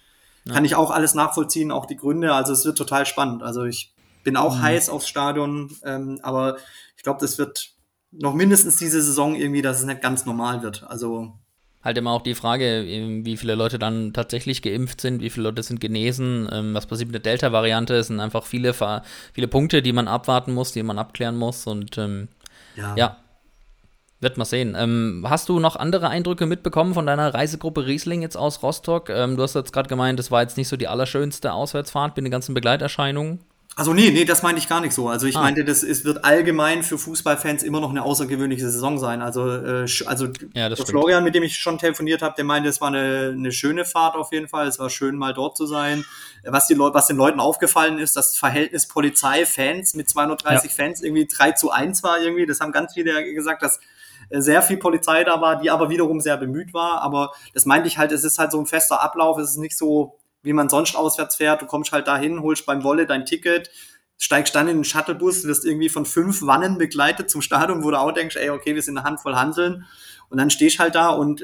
Kann ich auch alles nachvollziehen, auch die Gründe. Also es wird total spannend. Also ich bin auch heiß aufs Stadion, aber ich glaube, das wird noch mindestens diese Saison irgendwie, dass es nicht ganz normal wird. Also Halt immer auch die Frage, wie viele Leute dann tatsächlich geimpft sind, wie viele Leute sind genesen, was passiert mit der Delta-Variante. Es sind einfach viele Punkte, die man abwarten muss, die man abklären muss und ja, wird man sehen. Hast du noch andere Eindrücke mitbekommen von deiner Reisegruppe Riesling jetzt aus Rostock? Du hast jetzt gerade gemeint, das war jetzt nicht so die allerschönste Auswärtsfahrt mit den ganzen Begleiterscheinungen. Also nee, das meinte ich gar nicht so. Also ich meinte, wird allgemein für Fußballfans immer noch eine außergewöhnliche Saison sein. Also Ja, der Florian, mit dem ich schon telefoniert habe, der meinte, es war eine schöne Fahrt auf jeden Fall. Es war schön, mal dort zu sein. Was den Leuten aufgefallen ist, das Verhältnis Polizei-Fans mit 230 Fans irgendwie 3:1 war irgendwie. Das haben ganz viele gesagt, dass sehr viel Polizei da war, die aber wiederum sehr bemüht war. Aber das meinte ich halt, es ist halt so ein fester Ablauf. Es ist nicht so, wie man sonst auswärts fährt. Du kommst halt dahin, holst beim Wolle dein Ticket, steigst dann in den Shuttlebus, wirst irgendwie von 5 Wannen begleitet zum Stadion, wo du auch denkst, ey, okay, wir sind eine Handvoll Hanseln. Und dann stehst halt da und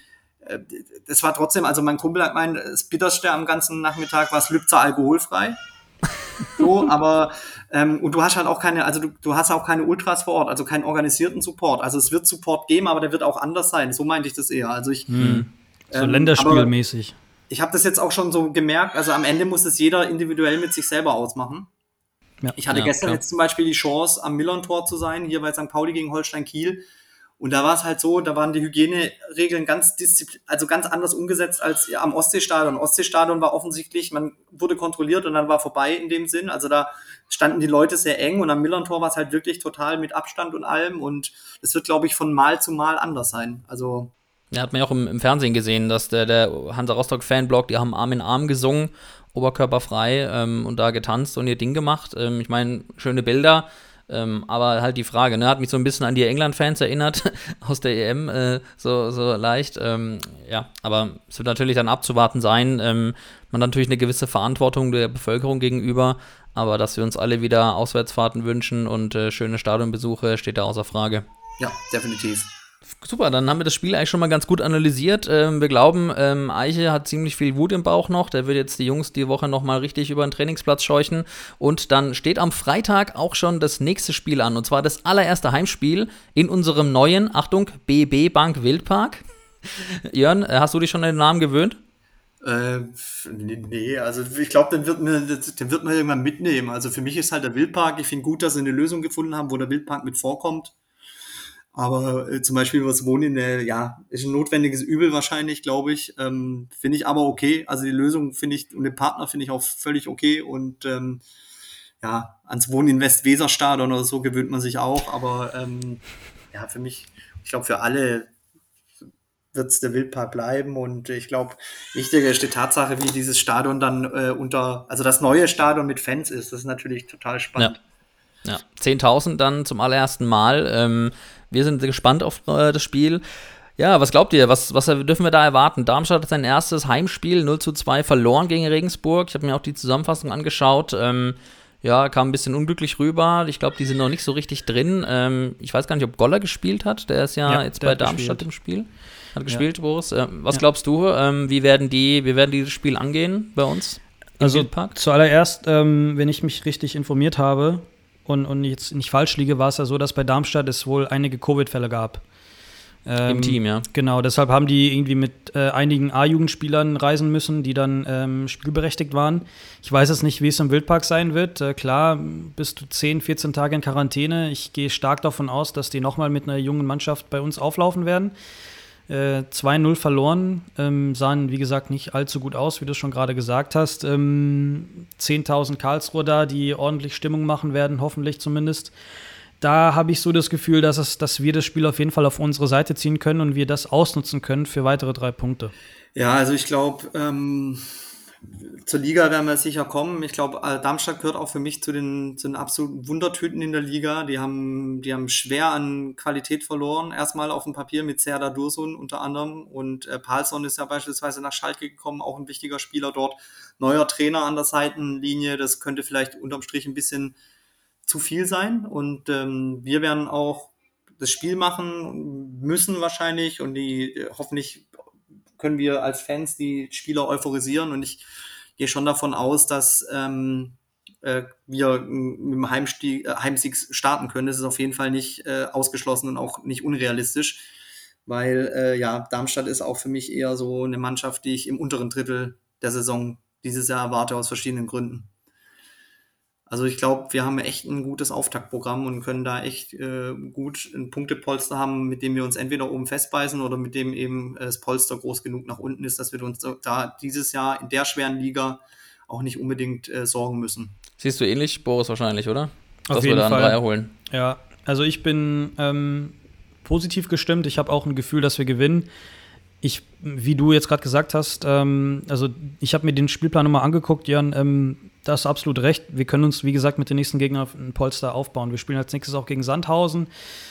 das war trotzdem, also mein Kumpel hat gemeint, das Bitterste am ganzen Nachmittag war es Lübzer alkoholfrei. So, aber und du hast halt auch du hast auch keine Ultras vor Ort, also keinen organisierten Support. Also es wird Support geben, aber der wird auch anders sein. So meinte ich das eher. Also so länderspielmäßig. Ich habe das jetzt auch schon so gemerkt, also am Ende muss es jeder individuell mit sich selber ausmachen. Ja. Ich hatte gestern jetzt zum Beispiel die Chance, am Millern-Tor zu sein, hier bei St. Pauli gegen Holstein Kiel. Und da war es halt so, da waren die Hygieneregeln ganz anders umgesetzt als am Ostseestadion. Ostseestadion war offensichtlich, man wurde kontrolliert und dann war vorbei in dem Sinn. Also da standen die Leute sehr eng und am Millern-Tor war es halt wirklich total mit Abstand und allem. Und es wird, glaube ich, von Mal zu Mal anders sein. Also ja, hat man ja auch im Fernsehen gesehen, dass der Hansa Rostock-Fanblog, die haben Arm in Arm gesungen, oberkörperfrei und da getanzt und ihr Ding gemacht. Ich meine, schöne Bilder, aber halt die Frage, ne, hat mich so ein bisschen an die England-Fans erinnert, aus der EM, so leicht. Ja, aber es wird natürlich dann abzuwarten sein. Man hat natürlich eine gewisse Verantwortung der Bevölkerung gegenüber, aber dass wir uns alle wieder Auswärtsfahrten wünschen und schöne Stadionbesuche, steht da außer Frage. Ja, definitiv. Super, dann haben wir das Spiel eigentlich schon mal ganz gut analysiert. Wir glauben, Eiche hat ziemlich viel Wut im Bauch noch. Der wird jetzt die Jungs die Woche noch mal richtig über den Trainingsplatz scheuchen. Und dann steht am Freitag auch schon das nächste Spiel an. Und zwar das allererste Heimspiel in unserem neuen, Achtung, BB Bank Wildpark. Jörn, hast du dich schon an den Namen gewöhnt? Nee, also ich glaube, den wird man irgendwann mitnehmen. Also für mich ist halt der Wildpark, ich finde gut, dass sie eine Lösung gefunden haben, wo der Wildpark mit vorkommt. Aber zum Beispiel was Wohnen ist ein notwendiges Übel wahrscheinlich, glaube ich. Finde ich aber okay. Also die Lösung finde ich und den Partner finde ich auch völlig okay. Und ans Wohnen in Westweserstadion oder so gewöhnt man sich auch. Aber für mich, ich glaube für alle wird es der Wildpark bleiben. Und ich glaube, wichtiger ist die Tatsache, wie dieses Stadion dann also das neue Stadion mit Fans ist. Das ist natürlich total spannend. Ja, 10.000 dann zum allerersten Mal. Wir sind gespannt auf das Spiel. Ja, was glaubt ihr? Was dürfen wir da erwarten? Darmstadt hat sein erstes Heimspiel 0:2 verloren gegen Regensburg. Ich habe mir auch die Zusammenfassung angeschaut. Kam ein bisschen unglücklich rüber. Ich glaube, die sind noch nicht so richtig drin. Ich weiß gar nicht, ob Goller gespielt hat. Der ist jetzt bei Darmstadt im Spiel. Hat gespielt, Boris. Was glaubst du? Wie werden die das Spiel angehen bei uns? Also zuallererst, wenn ich mich richtig informiert habe, und jetzt nicht falsch liege, war es ja so, dass bei Darmstadt es wohl einige Covid-Fälle gab. Im Team, ja. Genau, deshalb haben die irgendwie mit einigen A-Jugendspielern reisen müssen, die dann spielberechtigt waren. Ich weiß jetzt nicht, wie es im Wildpark sein wird. Klar, bist du 10, 14 Tage in Quarantäne. Ich gehe stark davon aus, dass die nochmal mit einer jungen Mannschaft bei uns auflaufen werden. 2:0 verloren, sahen, wie gesagt, nicht allzu gut aus, wie du schon gerade gesagt hast. 10.000 Karlsruher da, die ordentlich Stimmung machen werden, hoffentlich zumindest. Da habe ich so das Gefühl, dass wir das Spiel auf jeden Fall auf unsere Seite ziehen können und wir das ausnutzen können für weitere 3 Punkte. Ja, also ich glaube, zur Liga werden wir sicher kommen. Ich glaube, Darmstadt gehört auch für mich zu den absoluten Wundertüten in der Liga. Die haben schwer an Qualität verloren. Erstmal auf dem Papier mit Serdar Dursun unter anderem. Und Palsson ist ja beispielsweise nach Schalke gekommen, auch ein wichtiger Spieler dort. Neuer Trainer an der Seitenlinie. Das könnte vielleicht unterm Strich ein bisschen zu viel sein. Und wir werden auch das Spiel machen müssen wahrscheinlich und die hoffentlich können wir als Fans die Spieler euphorisieren und ich gehe schon davon aus, dass wir mit dem Heimsieg starten können. Das ist auf jeden Fall nicht ausgeschlossen und auch nicht unrealistisch, weil Darmstadt ist auch für mich eher so eine Mannschaft, die ich im unteren Drittel der Saison dieses Jahr erwarte, aus verschiedenen Gründen. Also ich glaube, wir haben echt ein gutes Auftaktprogramm und können da echt gut ein Punktepolster haben, mit dem wir uns entweder oben festbeißen oder mit dem eben das Polster groß genug nach unten ist, dass wir uns da dieses Jahr in der schweren Liga auch nicht unbedingt sorgen müssen. Siehst du ähnlich, Boris, wahrscheinlich, oder? Auf jeden Fall. Dass wir da einen Dreier holen. Ja, also ich bin positiv gestimmt. Ich habe auch ein Gefühl, dass wir gewinnen. Wie du jetzt gerade gesagt hast, also ich habe mir den Spielplan nochmal angeguckt, Jörn, da hast du absolut recht. Wir können uns, wie gesagt, mit den nächsten Gegnern ein Polster aufbauen. Wir spielen als nächstes auch gegen Sandhausen.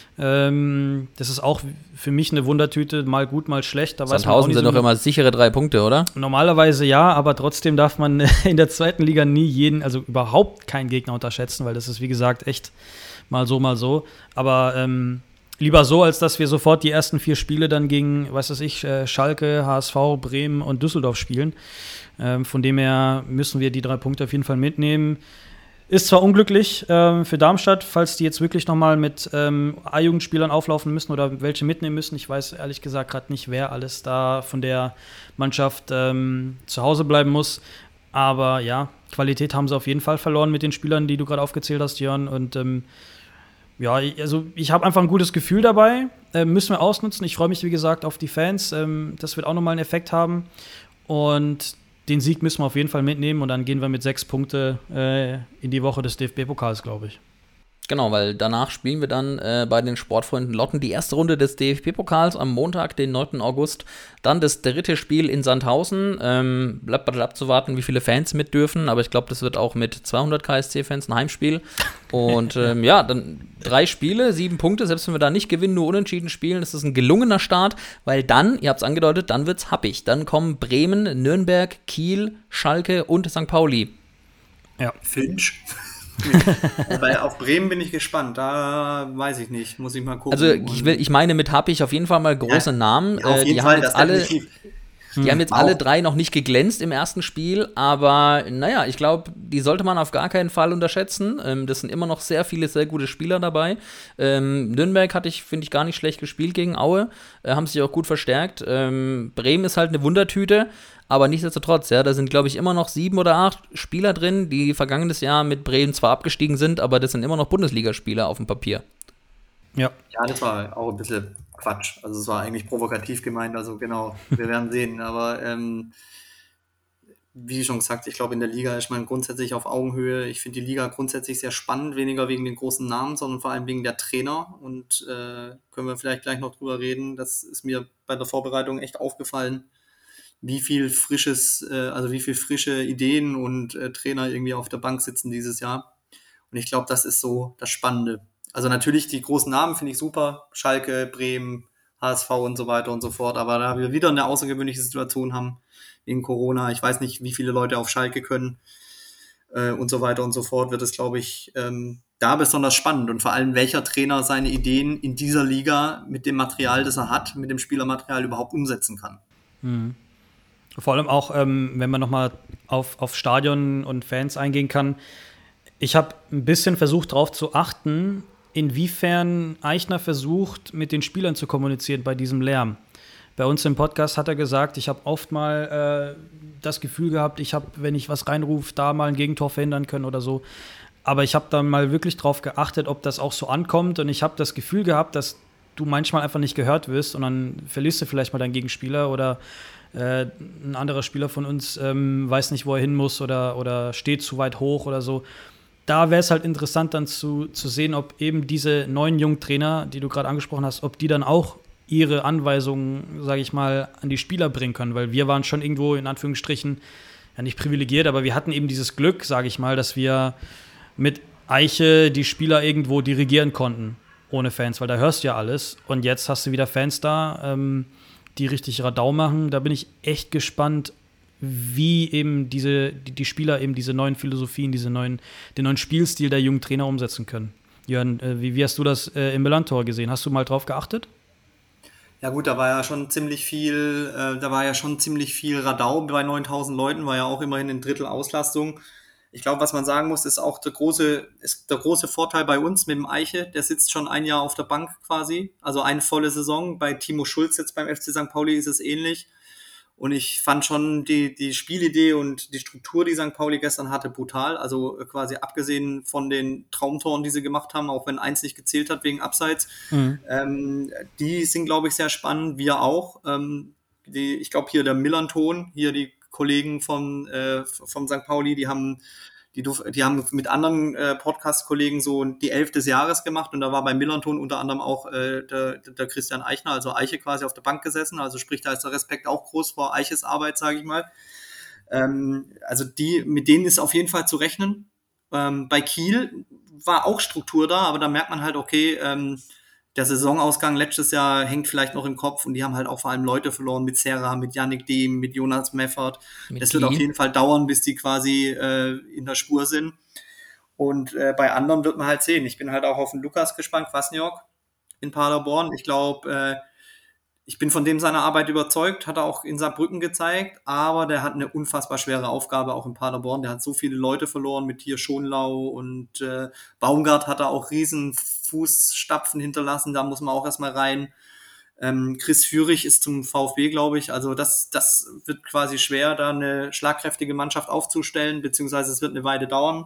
Das ist auch für mich eine Wundertüte, mal gut, mal schlecht. Da Sandhausen sind doch immer sichere 3 Punkte, oder? Normalerweise ja, aber trotzdem darf man in der zweiten Liga nie also überhaupt keinen Gegner unterschätzen, weil das ist, wie gesagt, echt mal so. Aber lieber so, als dass wir sofort die ersten 4 Spiele dann gegen, Schalke, HSV, Bremen und Düsseldorf spielen. Von dem her müssen wir die 3 Punkte auf jeden Fall mitnehmen. Ist zwar unglücklich für Darmstadt, falls die jetzt wirklich nochmal mit A-Jugendspielern auflaufen müssen oder welche mitnehmen müssen. Ich weiß ehrlich gesagt gerade nicht, wer alles da von der Mannschaft zu Hause bleiben muss. Aber ja, Qualität haben sie auf jeden Fall verloren mit den Spielern, die du gerade aufgezählt hast, Jörn. Und ich habe einfach ein gutes Gefühl dabei. Müssen wir ausnutzen. Ich freue mich, wie gesagt, auf die Fans. Das wird auch nochmal einen Effekt haben. Und den Sieg müssen wir auf jeden Fall mitnehmen. Und dann gehen wir mit 6 Punkte in die Woche des DFB-Pokals, glaube ich. Genau, weil danach spielen wir dann bei den Sportfreunden Lotten die erste Runde des DFB-Pokals am Montag, den 9. August. Dann das 3. Spiel in Sandhausen. Bleibt abzuwarten, wie viele Fans mit dürfen. Aber ich glaube, das wird auch mit 200 KSC-Fans ein Heimspiel. Und dann 3 Spiele, 7 Punkte. Selbst wenn wir da nicht gewinnen, nur unentschieden spielen, das ist ein gelungener Start. Weil dann, ihr habt es angedeutet, dann wird's happig. Dann kommen Bremen, Nürnberg, Kiel, Schalke und St. Pauli. Ja. Finch. Wobei auf Bremen bin ich gespannt, da weiß ich nicht, muss ich mal gucken. Also ich meine mit happig auf jeden Fall mal große Namen. Ja, auf jeden Fall, das definitiv. Die haben jetzt alle 3 noch nicht geglänzt im ersten Spiel, aber naja, ich glaube, die sollte man auf gar keinen Fall unterschätzen. Das sind immer noch sehr viele, sehr gute Spieler dabei. Nürnberg finde ich, gar nicht schlecht gespielt gegen Aue, haben sich auch gut verstärkt. Bremen ist halt eine Wundertüte, aber nichtsdestotrotz, ja, da sind, glaube ich, immer noch 7 oder 8 Spieler drin, die vergangenes Jahr mit Bremen zwar abgestiegen sind, aber das sind immer noch Bundesligaspieler auf dem Papier. Ja, das war auch ein bisschen Quatsch. Also es war eigentlich provokativ gemeint, also genau, wir werden sehen. Aber wie schon gesagt, ich glaube, in der Liga ist man grundsätzlich auf Augenhöhe. Ich finde die Liga grundsätzlich sehr spannend, weniger wegen den großen Namen, sondern vor allem wegen der Trainer. Und können wir vielleicht gleich noch drüber reden. Das ist mir bei der Vorbereitung echt aufgefallen, wie viel frische Ideen und Trainer irgendwie auf der Bank sitzen dieses Jahr. Und ich glaube, das ist so das Spannende. Also natürlich die großen Namen finde ich super, Schalke, Bremen, HSV und so weiter und so fort, aber da wir wieder eine außergewöhnliche Situation haben wegen Corona, ich weiß nicht, wie viele Leute auf Schalke können und so weiter und so fort, wird es, glaube ich, da besonders spannend und vor allem, welcher Trainer seine Ideen in dieser Liga mit dem Material, das er hat, mit dem Spielermaterial überhaupt umsetzen kann. Mhm. Vor allem auch, wenn man nochmal auf Stadion und Fans eingehen kann. Ich habe ein bisschen versucht, darauf zu achten, inwiefern Eichner versucht, mit den Spielern zu kommunizieren bei diesem Lärm. Bei uns im Podcast hat er gesagt, ich habe oft mal das Gefühl gehabt, ich habe, wenn ich was reinrufe, da mal ein Gegentor verhindern können oder so. Aber ich habe dann mal wirklich drauf geachtet, ob das auch so ankommt. Und ich habe das Gefühl gehabt, dass du manchmal einfach nicht gehört wirst und dann verlierst du vielleicht mal deinen Gegenspieler oder ein anderer Spieler von uns weiß nicht, wo er hin muss oder steht zu weit hoch oder so. Da wäre es halt interessant dann zu sehen, ob eben diese neuen jungen Trainer, die du gerade angesprochen hast, ob die dann auch ihre Anweisungen, sage ich mal, an die Spieler bringen können. Weil wir waren schon irgendwo, in Anführungsstrichen, ja nicht privilegiert, aber wir hatten eben dieses Glück, sage ich mal, dass wir mit Eiche die Spieler irgendwo dirigieren konnten, ohne Fans, weil da hörst du ja alles. Und jetzt hast du wieder Fans da, die richtig Radau machen. Da bin ich echt gespannt, wie eben die Spieler eben diese neuen Philosophien, den neuen Spielstil der jungen Trainer umsetzen können. Jörn, wie hast du das im Millantor gesehen? Hast du mal drauf geachtet? Ja gut, da war ja schon ziemlich viel Radau bei 9.000 Leuten, war ja auch immerhin ein Drittel Auslastung. Ich glaube, was man sagen muss, ist auch der große Vorteil bei uns mit dem Eiche, der sitzt schon ein Jahr auf der Bank quasi, also eine volle Saison. Bei Timo Schulz jetzt beim FC St. Pauli ist es ähnlich. Und ich fand schon die Spielidee und die Struktur, die St. Pauli gestern hatte, brutal. Also quasi abgesehen von den Traumtoren, die sie gemacht haben, auch wenn eins nicht gezählt hat wegen Abseits. Die sind, glaube ich, sehr spannend. Wir auch. Ich glaube, hier der Millanton, hier die Kollegen vom St. Pauli, die haben mit anderen Podcast-Kollegen so die 11 des Jahres gemacht und da war bei Millanton unter anderem auch der Christian Eichner, also Eiche quasi auf der Bank gesessen, also sprich, da ist der Respekt auch groß vor Eiches Arbeit, sage ich mal. Also mit denen ist auf jeden Fall zu rechnen. Bei Kiel war auch Struktur da, aber da merkt man halt, okay, der Saisonausgang letztes Jahr hängt vielleicht noch im Kopf und die haben halt auch vor allem Leute verloren mit Serra, mit Yannick Dehm, mit Jonas Meffert. Das wird auf jeden Fall dauern, bis die quasi in der Spur sind. Und bei anderen wird man halt sehen. Ich bin halt auch auf den Lukas gespannt, Kwasniok in Paderborn. Ich glaube, ich bin von dem seiner Arbeit überzeugt, hat er auch in Saarbrücken gezeigt, aber der hat eine unfassbar schwere Aufgabe auch in Paderborn. Der hat so viele Leute verloren mit hier Schonlau und Baumgart hat er auch riesen Fußstapfen hinterlassen, da muss man auch erstmal rein. Chris Führig ist zum VfB, glaube ich, also das wird quasi schwer, da eine schlagkräftige Mannschaft aufzustellen, beziehungsweise es wird eine Weile dauern.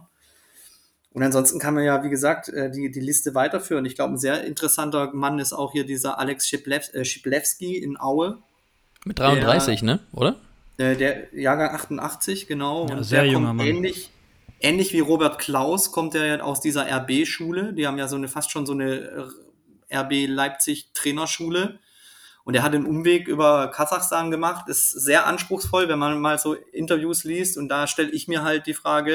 Und ansonsten kann man ja, wie gesagt, die Liste weiterführen. Ich glaube, ein sehr interessanter Mann ist auch hier dieser Alex Schiplewski in Aue. Mit 33, ne? Oder? Der Jahrgang 88, genau. Ja, und sehr der junger kommt Mann. ähnlich wie Robert Klaus kommt er ja aus dieser RB-Schule. Die haben ja fast schon so eine RB Leipzig-Trainerschule. Und er hat den Umweg über Kasachstan gemacht. Ist sehr anspruchsvoll, wenn man mal so Interviews liest. Und da stelle ich mir halt die Frage,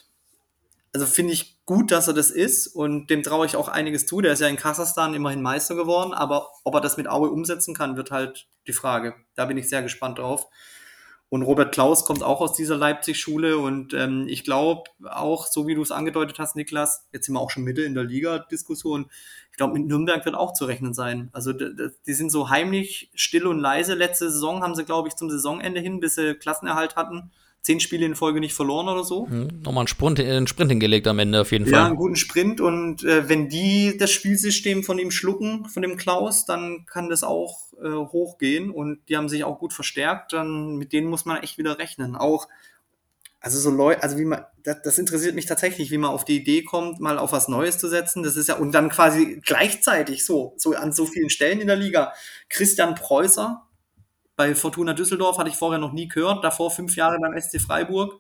also finde ich gut, dass er das ist und dem traue ich auch einiges zu. Der ist ja in Kasachstan immerhin Meister geworden, aber ob er das mit Aue umsetzen kann, wird halt die Frage. Da bin ich sehr gespannt drauf. Und Robert Klaus kommt auch aus dieser Leipzig-Schule und ich glaube auch, so wie du es angedeutet hast, Niklas, jetzt sind wir auch schon Mitte in der Liga-Diskussion, ich glaube, mit Nürnberg wird auch zu rechnen sein. Also die sind so heimlich still und leise. Letzte Saison haben sie, glaube ich, zum Saisonende hin, bis sie Klassenerhalt hatten, 10 Spiele in Folge nicht verloren oder so. Nochmal einen Sprint hingelegt am Ende auf jeden Fall. Ja, einen guten Sprint und wenn die das Spielsystem von ihm schlucken, von dem Klaus, dann kann das auch hochgehen und die haben sich auch gut verstärkt, dann mit denen muss man echt wieder rechnen. Auch, also so Leute, also wie man, das interessiert mich tatsächlich, wie man auf die Idee kommt, mal auf was Neues zu setzen. Das ist ja, und dann quasi gleichzeitig so an so vielen Stellen in der Liga. Christian Preußer, bei Fortuna Düsseldorf hatte ich vorher noch nie gehört, davor 5 Jahre beim SC Freiburg.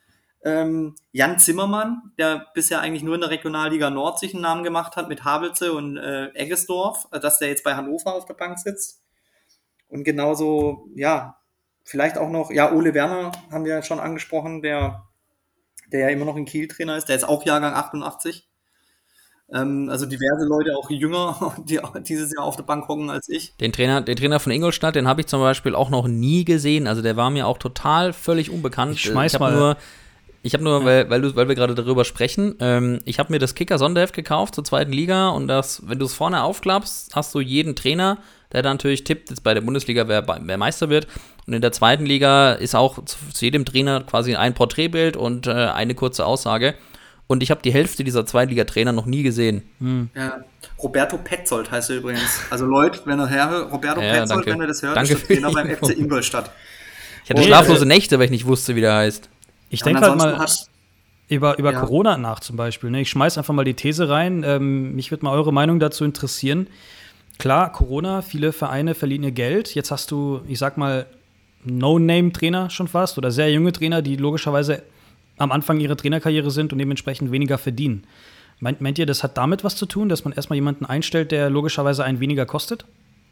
Jan Zimmermann, der bisher eigentlich nur in der Regionalliga Nord sich einen Namen gemacht hat mit Havelse und Eggesdorf, dass der jetzt bei Hannover auf der Bank sitzt. Und genauso, ja, vielleicht auch noch, ja, Ole Werner haben wir ja schon angesprochen, der ja immer noch in Kiel Trainer ist, der ist auch Jahrgang 88. Also diverse Leute, auch jünger, die dieses Jahr auf der Bank hocken als ich. Den Trainer von Ingolstadt, den habe ich zum Beispiel auch noch nie gesehen. Also der war mir auch total völlig unbekannt. Ich habe nur, weil wir gerade darüber sprechen, ich habe mir das Kicker-Sonderheft gekauft zur 2. Liga und wenn du es vorne aufklappst, hast du jeden Trainer, der dann natürlich tippt, jetzt bei der Bundesliga, wer Meister wird. Und in der 2. Liga ist auch zu jedem Trainer quasi ein Porträtbild und eine kurze Aussage. Und ich habe die Hälfte dieser Zweitligatrainer noch nie gesehen. Ja, Roberto Petzold heißt er übrigens. Also Leute, wenn Roberto Petzold, danke. wenn er das hört, Danke ist Trainer beim FC Ingolstadt. Ich hatte schlaflose Nächte, weil ich nicht wusste, wie der heißt. Ich denke halt mal über Corona nach zum Beispiel. Ne? Ich schmeiß einfach mal die These rein. Mich würde mal eure Meinung dazu interessieren. Klar, Corona, viele Vereine verlieren ihr Geld. Jetzt hast du, ich sag mal, No-Name-Trainer schon fast oder sehr junge Trainer, die logischerweise am Anfang ihrer Trainerkarriere sind und dementsprechend weniger verdienen. Meint ihr, das hat damit was zu tun, dass man erstmal jemanden einstellt, der logischerweise einen weniger kostet?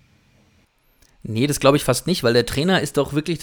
Nee, das glaube ich fast nicht, weil der Trainer ist doch wirklich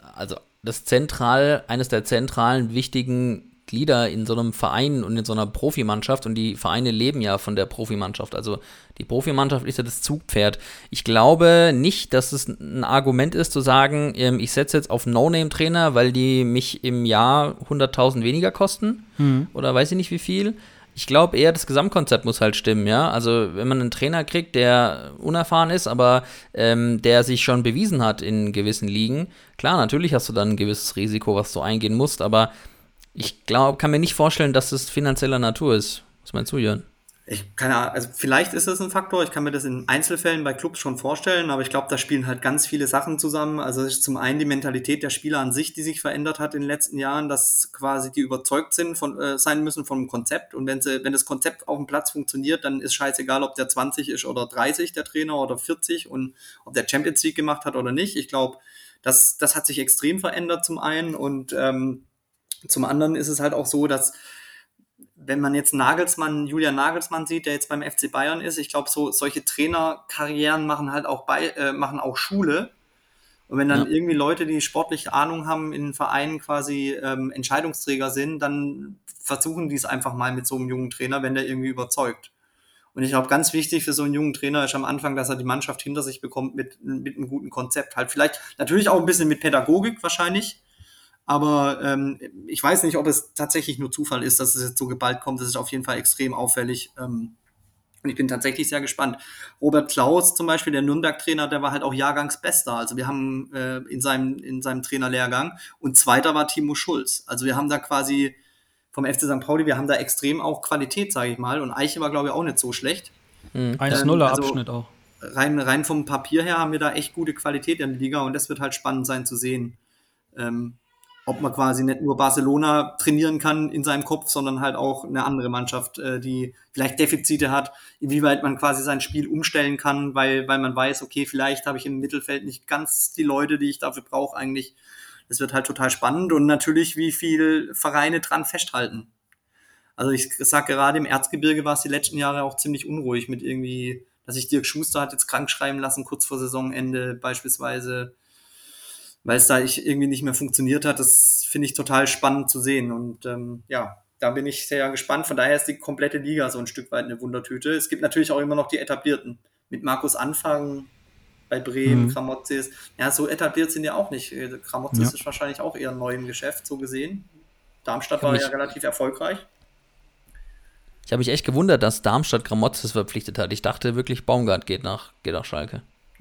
eines der zentralen, wichtigen Glieder in so einem Verein und in so einer Profimannschaft und die Vereine leben ja von der Profimannschaft. Also die Profimannschaft ist ja das Zugpferd. Ich glaube nicht, dass es ein Argument ist zu sagen, ich setze jetzt auf No-Name-Trainer, weil die mich im Jahr 100.000 weniger kosten oder weiß ich nicht wie viel. Ich glaube eher, das Gesamtkonzept muss halt stimmen, ja. Also wenn man einen Trainer kriegt, der unerfahren ist, aber der sich schon bewiesen hat in gewissen Ligen, klar, natürlich hast du dann ein gewisses Risiko, was du eingehen musst, aber ich glaube, kann mir nicht vorstellen, dass das finanzieller Natur ist. Was meinst du, Jörn? Keine Ahnung, also vielleicht ist das ein Faktor, ich kann mir das in Einzelfällen bei Clubs schon vorstellen, aber ich glaube, da spielen halt ganz viele Sachen zusammen. Also es ist zum einen die Mentalität der Spieler an sich, die sich verändert hat in den letzten Jahren, dass quasi die überzeugt sind sein müssen vom Konzept, und wenn das Konzept auf dem Platz funktioniert, dann ist scheißegal, ob der 20 ist oder 30, der Trainer, oder 40, und ob der Champions League gemacht hat oder nicht. Ich glaube, das hat sich extrem verändert zum einen, und zum anderen ist es halt auch so, dass wenn man jetzt Julian Nagelsmann sieht, der jetzt beim FC Bayern ist, ich glaube, solche Trainerkarrieren machen halt auch machen auch Schule. Und wenn dann irgendwie Leute, die sportliche Ahnung haben, in Vereinen quasi Entscheidungsträger sind, dann versuchen die es einfach mal mit so einem jungen Trainer, wenn der irgendwie überzeugt. Und ich glaube, ganz wichtig für so einen jungen Trainer ist am Anfang, dass er die Mannschaft hinter sich bekommt mit einem guten Konzept. Halt vielleicht natürlich auch ein bisschen mit Pädagogik wahrscheinlich. Aber ich weiß nicht, ob es tatsächlich nur Zufall ist, dass es jetzt so geballt kommt. Das ist auf jeden Fall extrem auffällig. Und ich bin tatsächlich sehr gespannt. Robert Klaus zum Beispiel, der Nürnberg-Trainer, der war halt auch Jahrgangsbester. Also wir haben in seinem Trainerlehrgang, und Zweiter war Timo Schulz. Also wir haben da quasi vom FC St. Pauli, wir haben da extrem auch Qualität, sage ich mal. Und Eiche war, glaube ich, auch nicht so schlecht. 1-0er Abschnitt auch. Rein vom Papier her haben wir da echt gute Qualität in der Liga, und das wird halt spannend sein zu sehen. Ob man quasi nicht nur Barcelona trainieren kann in seinem Kopf, sondern halt auch eine andere Mannschaft, die vielleicht Defizite hat, inwieweit man quasi sein Spiel umstellen kann, weil man weiß, okay, vielleicht habe ich im Mittelfeld nicht ganz die Leute, die ich dafür brauche eigentlich. Das wird halt total spannend, und natürlich, wie viel Vereine dran festhalten. Also ich sag, gerade im Erzgebirge war es die letzten Jahre auch ziemlich unruhig mit irgendwie, dass sich Dirk Schuster hat jetzt krank schreiben lassen, kurz vor Saisonende beispielsweise, weil es da irgendwie nicht mehr funktioniert hat. Das finde ich total spannend zu sehen. Und da bin ich sehr gespannt. Von daher ist die komplette Liga so ein Stück weit eine Wundertüte. Es gibt natürlich auch immer noch die Etablierten. Mit Markus Anfang bei Bremen, Kramotzis. Ja, so etabliert sind ja auch nicht. Kramotzis ist wahrscheinlich auch eher neu im Geschäft, so gesehen. Darmstadt war ja relativ erfolgreich. Ich habe mich echt gewundert, dass Darmstadt Kramotzis verpflichtet hat. Ich dachte wirklich, Baumgart geht nach Schalke.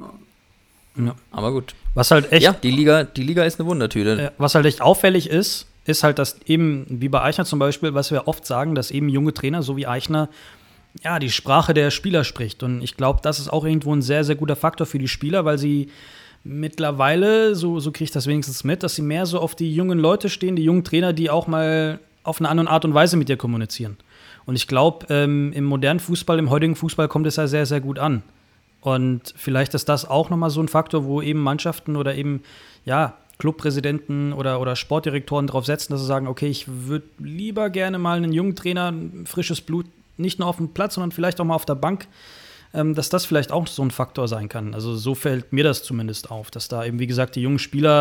Ja. Aber gut. Was halt echt. Ja, die Liga ist eine Wundertüte. Was halt echt auffällig ist halt, dass eben, wie bei Eichner zum Beispiel, was wir oft sagen, dass eben junge Trainer, so wie Eichner, ja, die Sprache der Spieler spricht. Und ich glaube, das ist auch irgendwo ein sehr, sehr guter Faktor für die Spieler, weil sie mittlerweile, so kriege ich das wenigstens mit, dass sie mehr so auf die jungen Leute stehen, die jungen Trainer, die auch mal auf eine andere Art und Weise mit dir kommunizieren. Und ich glaube, im modernen Fußball, im heutigen Fußball kommt es ja sehr, sehr gut an. Und vielleicht ist das auch nochmal so ein Faktor, wo eben Mannschaften oder eben, ja, Clubpräsidenten oder Sportdirektoren drauf setzen, dass sie sagen, okay, ich würde lieber gerne mal einen jungen Trainer, frisches Blut, nicht nur auf dem Platz, sondern vielleicht auch mal auf der Bank, dass das vielleicht auch so ein Faktor sein kann. Also so fällt mir das zumindest auf, dass da eben, wie gesagt, die jungen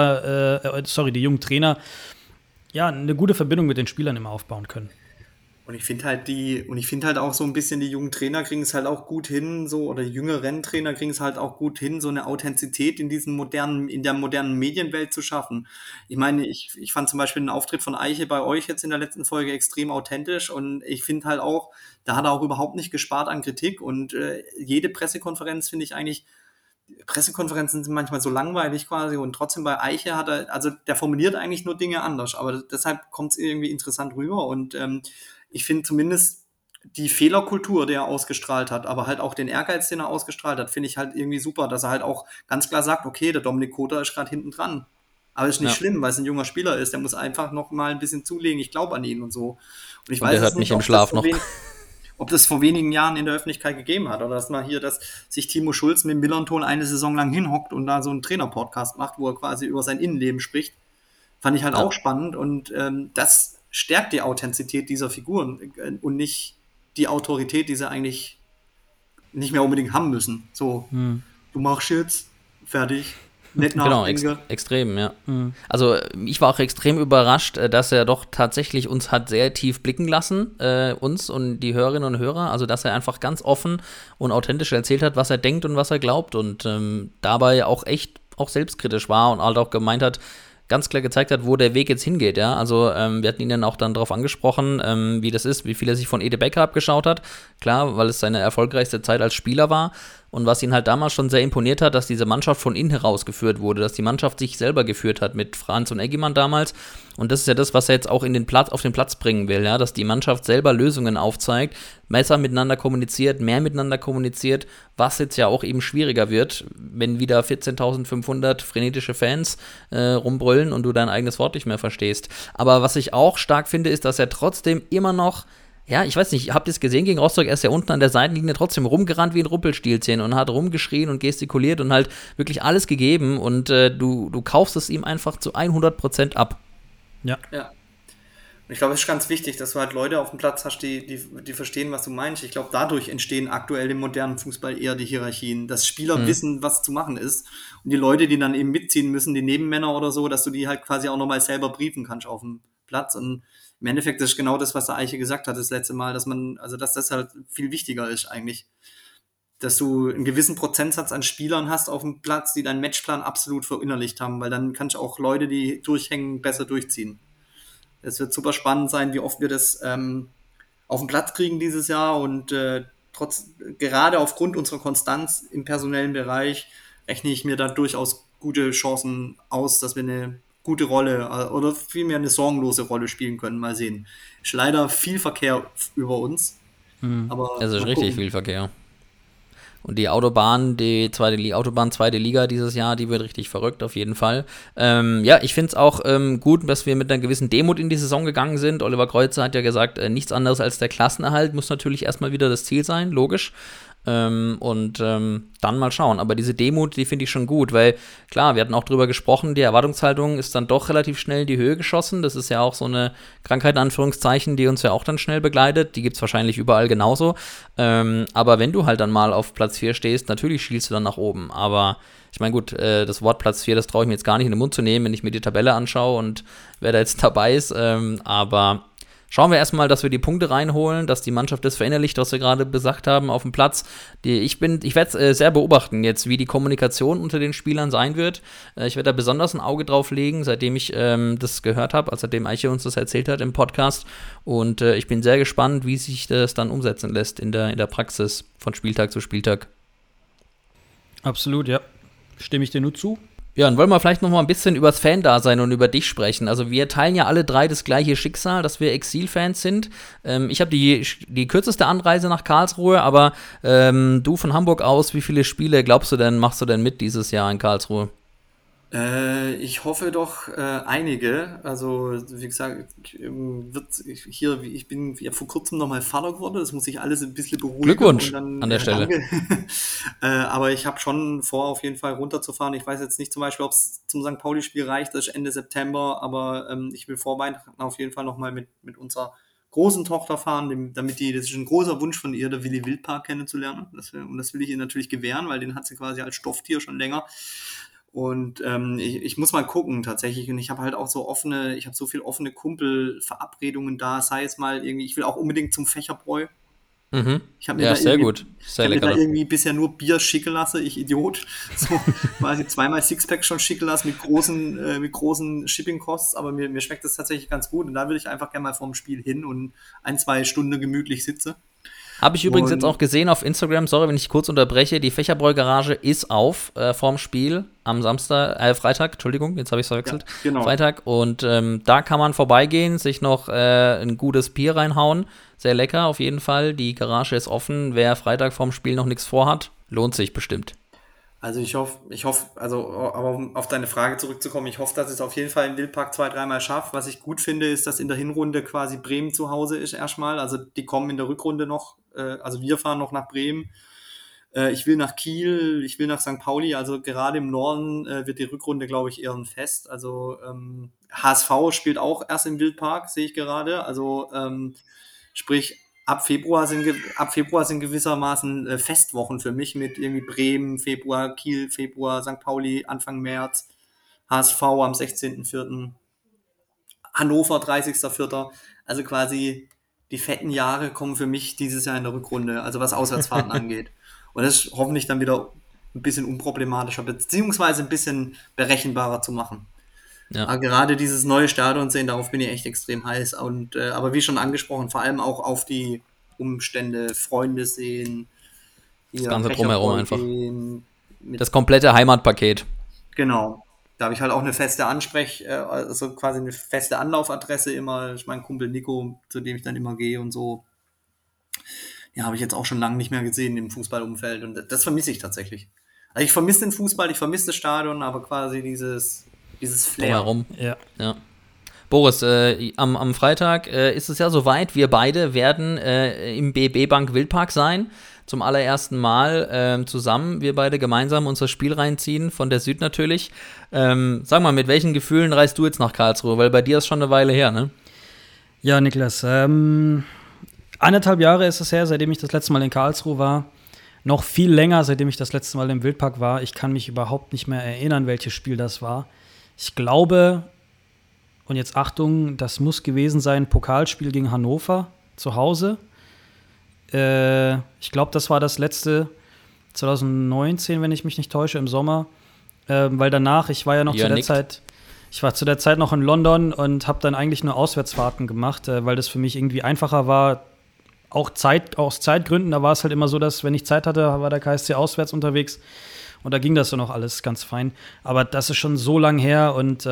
Trainer, ja, eine gute Verbindung mit den Spielern immer aufbauen können. Und ich finde halt auch so ein bisschen, die jungen Trainer kriegen es halt auch gut hin, so, oder jüngeren Trainer kriegen es halt auch gut hin, so eine Authentizität in der modernen Medienwelt zu schaffen. Ich meine, ich fand zum Beispiel den Auftritt von Eiche bei euch jetzt in der letzten Folge extrem authentisch, und ich finde halt auch, da hat er auch überhaupt nicht gespart an Kritik, und jede Pressekonferenz finde ich eigentlich, Pressekonferenzen sind manchmal so langweilig quasi, und trotzdem bei Eiche der formuliert eigentlich nur Dinge anders, aber deshalb kommt es irgendwie interessant rüber, und ich finde zumindest die Fehlerkultur, die er ausgestrahlt hat, aber halt auch den Ehrgeiz, den er ausgestrahlt hat, finde ich halt irgendwie super, dass er halt auch ganz klar sagt, okay, der Dominik Kota ist gerade hinten dran. Aber ist nicht schlimm, weil es ein junger Spieler ist, der muss einfach noch mal ein bisschen zulegen, ich glaube an ihn und so. Und ich weiß hört nicht im Schlaf noch. Ob das vor wenigen Jahren in der Öffentlichkeit gegeben hat, oder dass sich Timo Schulz mit dem Millern-Ton eine Saison lang hinhockt und da so einen Trainer-Podcast macht, wo er quasi über sein Innenleben spricht, fand ich halt auch spannend, und das stärkt die Authentizität dieser Figuren und nicht die Autorität, die sie eigentlich nicht mehr unbedingt haben müssen. So, Du machst jetzt, fertig, nicht nachdenken. Genau, extrem, ja. Also ich war auch extrem überrascht, dass er doch tatsächlich uns hat sehr tief blicken lassen, uns und die Hörerinnen und Hörer, also dass er einfach ganz offen und authentisch erzählt hat, was er denkt und was er glaubt, und dabei auch echt auch selbstkritisch war und halt auch gemeint hat, ganz klar gezeigt hat, wo der Weg jetzt hingeht, ja. Also wir hatten ihn dann auch dann darauf angesprochen, wie das ist, wie viel er sich von Ede Becker abgeschaut hat. Klar, weil es seine erfolgreichste Zeit als Spieler war. Und was ihn halt damals schon sehr imponiert hat, dass diese Mannschaft von innen heraus geführt wurde, dass die Mannschaft sich selber geführt hat mit Franz und Eggimann damals. Und das ist ja das, was er jetzt auch auf den Platz bringen will, ja, dass die Mannschaft selber Lösungen aufzeigt, besser miteinander kommuniziert, mehr miteinander kommuniziert, was jetzt ja auch eben schwieriger wird, wenn wieder 14.500 frenetische Fans rumbrüllen und du dein eigenes Wort nicht mehr verstehst. Aber was ich auch stark finde, ist, dass er trotzdem immer noch, ja, ich weiß nicht, habt ihr es gesehen gegen Rostock? Er ist ja unten an der Seitenlinie trotzdem rumgerannt wie ein Rumpelstilzchen und hat rumgeschrien und gestikuliert und halt wirklich alles gegeben und du kaufst es ihm einfach zu 100% ab. Ja. Und ich glaube, es ist ganz wichtig, dass du halt Leute auf dem Platz hast, die verstehen, was du meinst. Ich glaube, dadurch entstehen aktuell im modernen Fußball eher die Hierarchien, dass Spieler wissen, was zu machen ist. Und die Leute, die dann eben mitziehen müssen, die Nebenmänner oder so, dass du die halt quasi auch nochmal selber briefen kannst auf dem Platz. Und im Endeffekt ist genau das, was der Eiche gesagt hat das letzte Mal, dass das halt viel wichtiger ist eigentlich. Dass du einen gewissen Prozentsatz an Spielern hast auf dem Platz, die deinen Matchplan absolut verinnerlicht haben, weil dann kannst du auch Leute, die durchhängen, besser durchziehen. Es wird super spannend sein, wie oft wir das auf den Platz kriegen dieses Jahr und gerade aufgrund unserer Konstanz im personellen Bereich rechne ich mir da durchaus gute Chancen aus, dass wir eine gute Rolle oder vielmehr eine sorgenlose Rolle spielen können. Mal sehen. Ist leider viel Verkehr über uns. Aber Es ist richtig viel Verkehr. Und die Autobahn, zweite Liga dieses Jahr, die wird richtig verrückt, auf jeden Fall. Ja, ich finde es auch gut, dass wir mit einer gewissen Demut in die Saison gegangen sind. Oliver Kreuzer hat ja gesagt, nichts anderes als der Klassenerhalt muss natürlich erstmal wieder das Ziel sein, logisch. Dann mal schauen. Aber diese Demut, die finde ich schon gut, weil klar, wir hatten auch drüber gesprochen, die Erwartungshaltung ist dann doch relativ schnell in die Höhe geschossen. Das ist ja auch so eine Krankheit, in Anführungszeichen, die uns ja auch dann schnell begleitet. Die gibt es wahrscheinlich überall genauso. Aber wenn du halt dann mal auf Platz 4 stehst, natürlich schielst du dann nach oben. Aber ich meine, gut, das Wort Platz 4, das traue ich mir jetzt gar nicht in den Mund zu nehmen, wenn ich mir die Tabelle anschaue und wer da jetzt dabei ist. Aber schauen wir erstmal, dass wir die Punkte reinholen, dass die Mannschaft das verinnerlicht, was wir gerade gesagt haben, auf dem Platz. Ich werde es sehr beobachten jetzt, wie die Kommunikation unter den Spielern sein wird. Ich werde da besonders ein Auge drauf legen, seitdem ich das gehört habe, seitdem Eiche uns das erzählt hat im Podcast. Und ich bin sehr gespannt, wie sich das dann umsetzen lässt in der Praxis von Spieltag zu Spieltag. Absolut, ja. Stimme ich dir nur zu. Ja, und wollen wir vielleicht noch mal ein bisschen über das Fan-Dasein und über dich sprechen. Also wir teilen ja alle drei das gleiche Schicksal, dass wir Exil-Fans sind. Ich habe die kürzeste Anreise nach Karlsruhe, aber du von Hamburg aus, wie viele Spiele machst du denn mit dieses Jahr in Karlsruhe? Ich hoffe doch einige. Also wie gesagt, ich bin ja vor kurzem nochmal Vater geworden. Das muss sich alles ein bisschen beruhigen. Glückwunsch und dann, an der Stelle. Danke. Aber ich habe schon vor, auf jeden Fall runterzufahren. Ich weiß jetzt nicht zum Beispiel, ob es zum St. Pauli-Spiel reicht. Das ist Ende September. Aber ich will vor Weihnachten auf jeden Fall nochmal mit unserer großen Tochter fahren, das ist ein großer Wunsch von ihr, der Willi Wildpark kennenzulernen. Und das will ich ihr natürlich gewähren, weil den hat sie quasi als Stofftier schon länger. Und ich muss mal gucken tatsächlich, und ich habe halt auch so viel offene Kumpelverabredungen da, sei es mal irgendwie, ich will auch unbedingt zum Fächerbräu. Ich habe mir Ja, sehr gut. Sehr mir lecker. da irgendwie bisher nur Bier schicken lassen, ich Idiot. So quasi zweimal Sixpack schon schicken lassen mit großen Shipping-Costs, aber mir schmeckt das tatsächlich ganz gut und da würde ich einfach gerne mal vorm Spiel hin und 1-2 Stunden gemütlich sitze. Habe ich übrigens jetzt auch gesehen auf Instagram, sorry, wenn ich kurz unterbreche, die Fächerbräu-Garage ist auf vorm Spiel am Freitag, Entschuldigung, jetzt habe ich es verwechselt, Ja, genau. Freitag, und da kann man vorbeigehen, sich noch ein gutes Bier reinhauen, sehr lecker auf jeden Fall, die Garage ist offen, wer Freitag vorm Spiel noch nichts vorhat, lohnt sich bestimmt. Also ich hoffe, aber um auf deine Frage zurückzukommen, ich hoffe, dass ich es auf jeden Fall im Wildpark 2-3 Mal schaffe. Was ich gut finde, ist, dass in der Hinrunde quasi Bremen zu Hause ist erstmal. Also die kommen in der Rückrunde noch, also wir fahren noch nach Bremen. Ich will nach Kiel, ich will nach St. Pauli. Also gerade im Norden wird die Rückrunde, glaube ich, eher ein Fest. Also HSV spielt auch erst im Wildpark, sehe ich gerade. Also sprich, Ab Februar sind gewissermaßen Festwochen für mich mit irgendwie Bremen, Februar, Kiel, Februar, St. Pauli, Anfang März, HSV am 16.04., Hannover 30.04. Also quasi die fetten Jahre kommen für mich dieses Jahr in der Rückrunde, also was Auswärtsfahrten angeht. Und das ist hoffentlich dann wieder ein bisschen unproblematischer, beziehungsweise ein bisschen berechenbarer zu machen. Ja. Aber gerade dieses neue Stadion sehen, darauf bin ich echt extrem heiß. Und, aber wie schon angesprochen, vor allem auch auf die Umstände, Freunde sehen, Das ganze Drumherum einfach. Mit, das komplette Heimatpaket. Genau. Da habe ich halt auch eine feste also quasi eine feste Anlaufadresse immer. Ich mein Kumpel Nico, zu dem ich dann immer gehe und so. Ja, habe ich jetzt auch schon lange nicht mehr gesehen im Fußballumfeld. Und das vermisse ich tatsächlich. Also ich vermisse den Fußball, ich vermisse das Stadion, aber quasi dieses Flair. Drumherum. Ja. Boris, am Freitag ist es ja soweit. Wir beide werden im BB Bank Wildpark sein. Zum allerersten Mal zusammen. Wir beide gemeinsam unser Spiel reinziehen, von der Süd natürlich. Sag mal, mit welchen Gefühlen reist du jetzt nach Karlsruhe? Weil bei dir ist schon eine Weile her, ne? Ja, Niklas, 1,5 Jahre ist es her, seitdem ich das letzte Mal in Karlsruhe war. Noch viel länger, seitdem ich das letzte Mal im Wildpark war. Ich kann mich überhaupt nicht mehr erinnern, welches Spiel das war. Ich glaube, und jetzt Achtung, das muss gewesen sein, Pokalspiel gegen Hannover zu Hause. Ich glaube, das war das letzte 2019, wenn ich mich nicht täusche, im Sommer. Weil danach, ich war ja noch zu der Zeit noch in London und habe dann eigentlich nur Auswärtsfahrten gemacht, weil das für mich irgendwie einfacher war. Auch aus Zeitgründen, da war es halt immer so, dass, wenn ich Zeit hatte, war der KSC auswärts unterwegs und da ging das dann auch alles ganz fein. Aber das ist schon so lang her und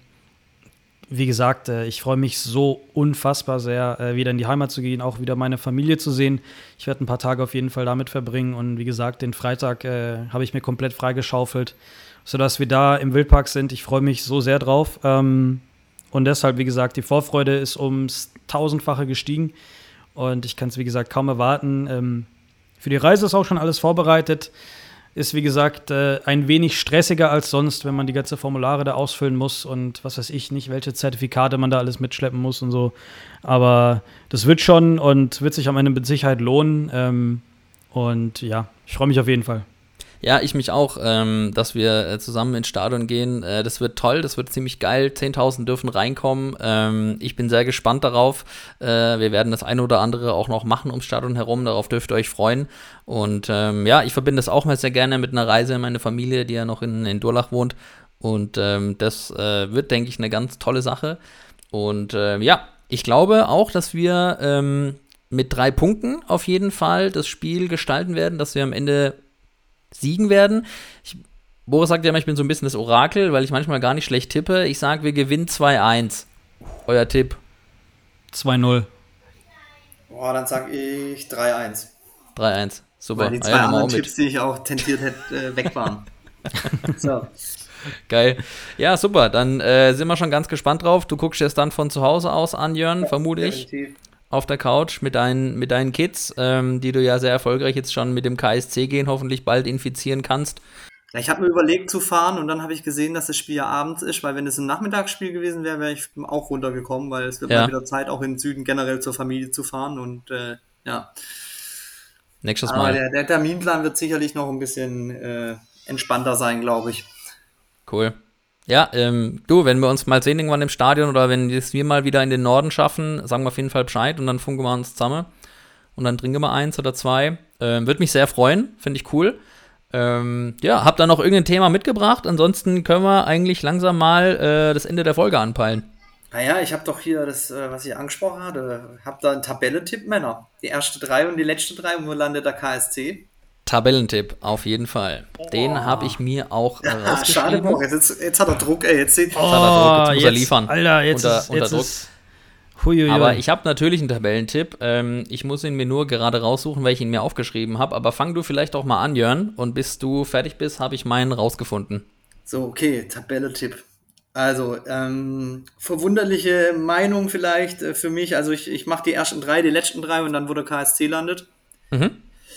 wie gesagt, ich freue mich so unfassbar sehr, wieder in die Heimat zu gehen, auch wieder meine Familie zu sehen. Ich werde ein paar Tage auf jeden Fall damit verbringen und wie gesagt, den Freitag habe ich mir komplett freigeschaufelt, sodass wir da im Wildpark sind. Ich freue mich so sehr drauf und deshalb, wie gesagt, die Vorfreude ist ums 1000-fache gestiegen. Und ich kann es, wie gesagt, kaum erwarten. Für die Reise ist auch schon alles vorbereitet. Ist, wie gesagt, ein wenig stressiger als sonst, wenn man die ganzen Formulare da ausfüllen muss und was weiß ich nicht, welche Zertifikate man da alles mitschleppen muss und so. Aber das wird schon und wird sich am Ende mit Sicherheit lohnen. Und ja, ich freue mich auf jeden Fall. Ja, ich mich auch, dass wir zusammen ins Stadion gehen. Das wird toll, das wird ziemlich geil. 10.000 dürfen reinkommen. Ich bin sehr gespannt darauf. Wir werden das eine oder andere auch noch machen ums Stadion herum. Darauf dürft ihr euch freuen. Und ja, ich verbinde das auch mal sehr gerne mit einer Reise in meine Familie, die ja noch in Durlach wohnt. Und das wird, denke ich, eine ganz tolle Sache. Und ja, ich glaube auch, dass wir mit 3 Punkten auf jeden Fall das Spiel gestalten werden, dass wir am Ende siegen werden. Boris sagt ja immer, ich bin so ein bisschen das Orakel, weil ich manchmal gar nicht schlecht tippe. Ich sage, wir gewinnen 2-1. Euer Tipp? 2-0. Boah, dann sag ich 3-1. 3-1. Super. Weil die 2 anderen Tipps, die ich auch tendiert hätte, weg waren. So. Geil. Ja, super. Dann sind wir schon ganz gespannt drauf. Du guckst dir es dann von zu Hause aus an, Jörn, vermute ich. Definitiv. Auf der Couch mit deinen Kids, die du ja sehr erfolgreich jetzt schon mit dem KSC gehen hoffentlich bald infizieren kannst. Ja, ich habe mir überlegt zu fahren und dann habe ich gesehen, dass das Spiel ja abends ist, weil wenn es ein Nachmittagsspiel gewesen wäre, wäre ich auch runtergekommen, weil es wird mal wieder Zeit, auch in den Süden generell zur Familie zu fahren und ja. Nächstes Mal. Aber der Terminplan wird sicherlich noch ein bisschen entspannter sein, glaube ich. Cool. Ja, du, wenn wir uns mal sehen irgendwann im Stadion oder wenn wir mal wieder in den Norden schaffen, sagen wir auf jeden Fall Bescheid und dann funken wir uns zusammen und dann trinken wir 1 oder 2. Würde mich sehr freuen, finde ich cool. Ja, hab da noch irgendein Thema mitgebracht, ansonsten können wir eigentlich langsam mal das Ende der Folge anpeilen. Naja, ich habe doch hier das, was ich angesprochen hatte, habe da einen Tabellentipp, Männer. Die erste 3 und die letzte 3, und wo landet der KSC? Tabellentipp, auf jeden Fall. Den habe ich mir auch rausgeschrieben. Schade, Boris, jetzt hat er Druck, ey. Jetzt muss er liefern. Alter, jetzt unter ist Druck. Huiuiui. Aber ich habe natürlich einen Tabellentipp. Ich muss ihn mir nur gerade raussuchen, weil ich ihn mir aufgeschrieben habe. Aber fang du vielleicht auch mal an, Jörn. Und bis du fertig bist, habe ich meinen rausgefunden. So, okay, Tabellentipp. Also, verwunderliche Meinung vielleicht für mich. Also ich mache die ersten 3, die letzten 3 und dann, wo der KSC landet. Mhm.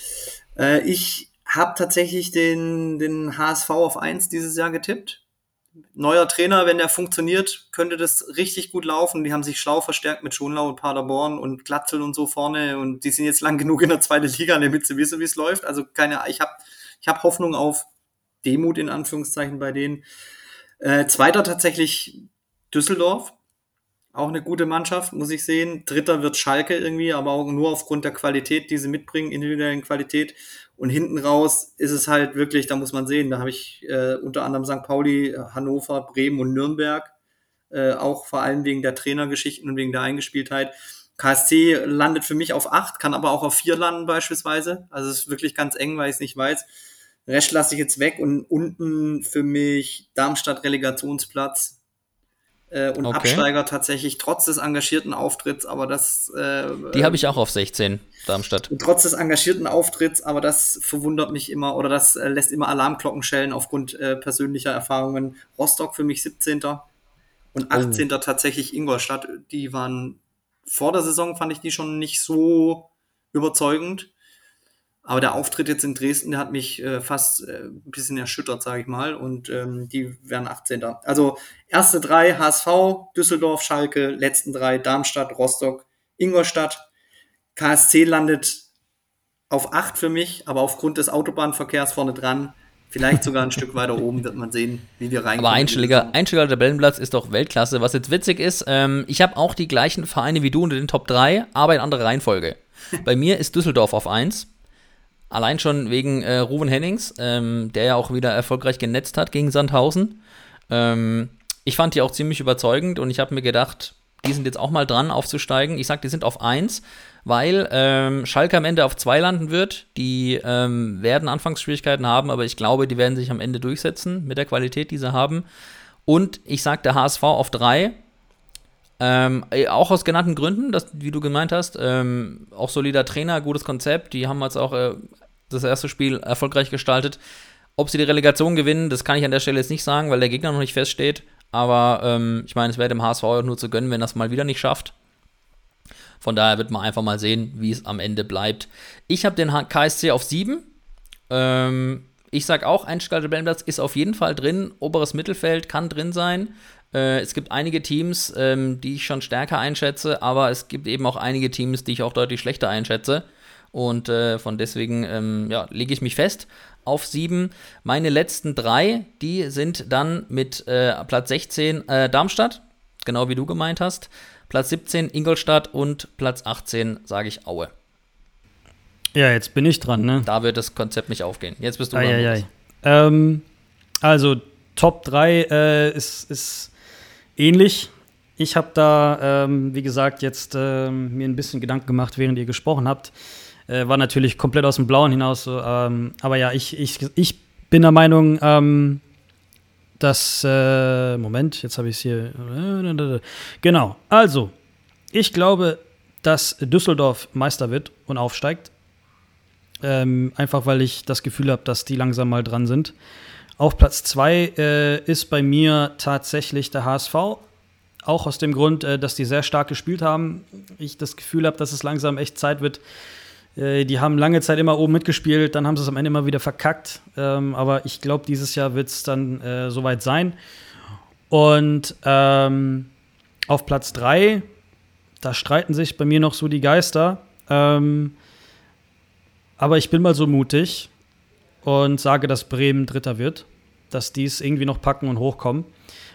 Ich habe tatsächlich den HSV auf 1 dieses Jahr getippt. Neuer Trainer, wenn der funktioniert, könnte das richtig gut laufen. Die haben sich schlau verstärkt mit Schonlau und Paderborn und Glatzel und so vorne. Und die sind jetzt lang genug in der 2. Liga, damit sie wissen, wie es läuft. Also ich hab Hoffnung auf Demut in Anführungszeichen bei denen. Zweiter tatsächlich Düsseldorf. Auch eine gute Mannschaft, muss ich sehen. Dritter wird Schalke irgendwie, aber auch nur aufgrund der Qualität, die sie mitbringen, individuellen Qualität. Und hinten raus ist es halt wirklich, da muss man sehen, da habe ich unter anderem St. Pauli, Hannover, Bremen und Nürnberg. auch vor allem wegen der Trainergeschichten und wegen der Eingespieltheit. KSC landet für mich auf 8, kann aber auch auf 4 landen beispielsweise. Also es ist wirklich ganz eng, weil ich es nicht weiß. Rest lasse ich jetzt weg und unten für mich Darmstadt Relegationsplatz und Okay. Absteiger tatsächlich trotz des engagierten Auftritts, aber das Die habe ich auch auf 16, Darmstadt. und trotz des engagierten Auftritts, aber das verwundert mich immer oder das lässt immer Alarmglocken schellen aufgrund persönlicher Erfahrungen. Rostock für mich 17. und 18. tatsächlich Ingolstadt. Die waren vor der Saison, fand ich die schon nicht so überzeugend. Aber der Auftritt jetzt in Dresden, der hat mich fast ein bisschen erschüttert, sage ich mal. Und die wären 18. Also erste 3 HSV, Düsseldorf, Schalke, letzten 3 Darmstadt, Rostock, Ingolstadt. KSC landet auf 8 für mich, aber aufgrund des Autobahnverkehrs vorne dran, vielleicht sogar ein Stück weiter oben, wird man sehen, wie wir reinkommen. Aber einstelliger Tabellenplatz ist doch Weltklasse. Was jetzt witzig ist, ich habe auch die gleichen Vereine wie du unter den Top 3, aber in anderer Reihenfolge. Bei mir ist Düsseldorf auf 1. Allein schon wegen Ruven Hennings, der ja auch wieder erfolgreich genetzt hat gegen Sandhausen. Ich fand die auch ziemlich überzeugend und ich habe mir gedacht, die sind jetzt auch mal dran aufzusteigen. Ich sag, die sind auf 1, weil Schalke am Ende auf 2 landen wird. Die werden Anfangsschwierigkeiten haben, aber ich glaube, die werden sich am Ende durchsetzen mit der Qualität, die sie haben. Und ich sag, der HSV auf 3. Auch aus genannten Gründen, wie du gemeint hast, auch solider Trainer, gutes Konzept, die haben jetzt auch das erste Spiel erfolgreich gestaltet. Ob sie die Relegation gewinnen, das kann ich an der Stelle jetzt nicht sagen, weil der Gegner noch nicht feststeht, aber ich meine, es wäre dem HSV auch nur zu gönnen, wenn das mal wieder nicht schafft. Von daher wird man einfach mal sehen, wie es am Ende bleibt. Ich habe den KSC auf 7. Ich sage auch, Einsteiger Tabellenplatz ist auf jeden Fall drin, oberes Mittelfeld kann drin sein. Es gibt einige Teams, die ich schon stärker einschätze, aber es gibt eben auch einige Teams, die ich auch deutlich schlechter einschätze. Und von deswegen lege ich mich fest auf 7. Meine letzten 3, die sind dann mit Platz 16 Darmstadt, genau wie du gemeint hast. Platz 17 Ingolstadt und Platz 18 sage ich Aue. Ja, jetzt bin ich dran, ne? Da wird das Konzept nicht aufgehen. Jetzt bist du dran. Also Top 3 ist ähnlich. Ich habe da, wie gesagt, jetzt mir ein bisschen Gedanken gemacht, während ihr gesprochen habt. War natürlich komplett aus dem Blauen hinaus. So, aber ja, ich bin der Meinung, dass, Moment, jetzt habe ich es hier. Genau, also, ich glaube, dass Düsseldorf Meister wird und aufsteigt. Einfach, weil ich das Gefühl habe, dass die langsam mal dran sind. Auf Platz 2 ist bei mir tatsächlich der HSV. Auch aus dem Grund, dass die sehr stark gespielt haben. Ich das Gefühl habe, dass es langsam echt Zeit wird. Die haben lange Zeit immer oben mitgespielt, dann haben sie es am Ende immer wieder verkackt. Aber ich glaube, dieses Jahr wird es dann soweit sein. Und auf Platz 3, da streiten sich bei mir noch so die Geister. Aber ich bin mal so mutig und sage, dass Bremen Dritter wird. Dass die es irgendwie noch packen und hochkommen.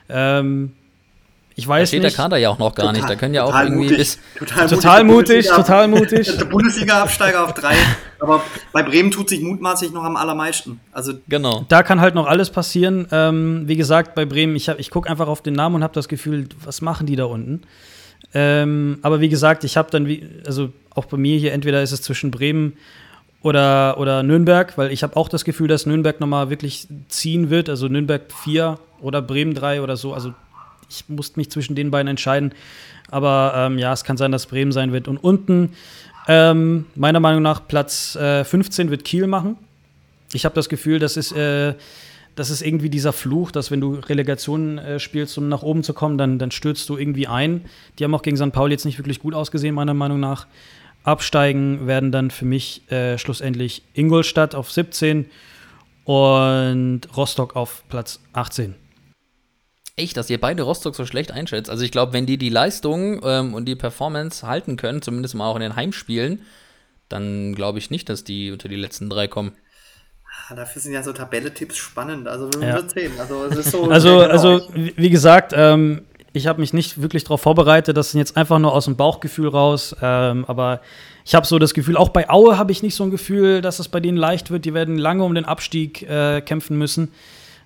Ich weiß nicht. Da steht der Kader ja auch noch gar nicht. Da können ja auch irgendwie mutig. Total mutig. Der Bundesliga-Absteiger auf 3. Aber bei Bremen tut sich mutmaßlich noch am allermeisten. Also genau. Da kann halt noch alles passieren. Wie gesagt, bei Bremen, ich gucke einfach auf den Namen und habe das Gefühl, was machen die da unten? Aber wie gesagt, ich habe dann, also auch bei mir hier, entweder ist es zwischen Bremen oder Nürnberg, weil ich habe auch das Gefühl, dass Nürnberg nochmal wirklich ziehen wird. Also Nürnberg 4 oder Bremen 3 oder so. Also ich musste mich zwischen den beiden entscheiden. Aber es kann sein, dass Bremen sein wird. Und unten, meiner Meinung nach, Platz 15 wird Kiel machen. Ich habe das Gefühl, das ist irgendwie dieser Fluch, dass wenn du Relegationen spielst, um nach oben zu kommen, dann stürzt du irgendwie ein. Die haben auch gegen St. Pauli jetzt nicht wirklich gut ausgesehen, meiner Meinung nach. Absteigen werden dann für mich schlussendlich Ingolstadt auf 17 und Rostock auf Platz 18. Echt, dass ihr beide Rostock so schlecht einschätzt. Also ich glaube, wenn die Leistung und die Performance halten können, zumindest mal auch in den Heimspielen, dann glaube ich nicht, dass die unter die letzten 3 kommen. Dafür sind ja so Tabelle-Tipps spannend. Also wir werden sehen. Also es ist so. Also wie gesagt, ich habe mich nicht wirklich darauf vorbereitet. Das ist jetzt einfach nur aus dem Bauchgefühl raus. Aber ich habe so das Gefühl, auch bei Aue habe ich nicht so ein Gefühl, dass es bei denen leicht wird. Die werden lange um den Abstieg kämpfen müssen.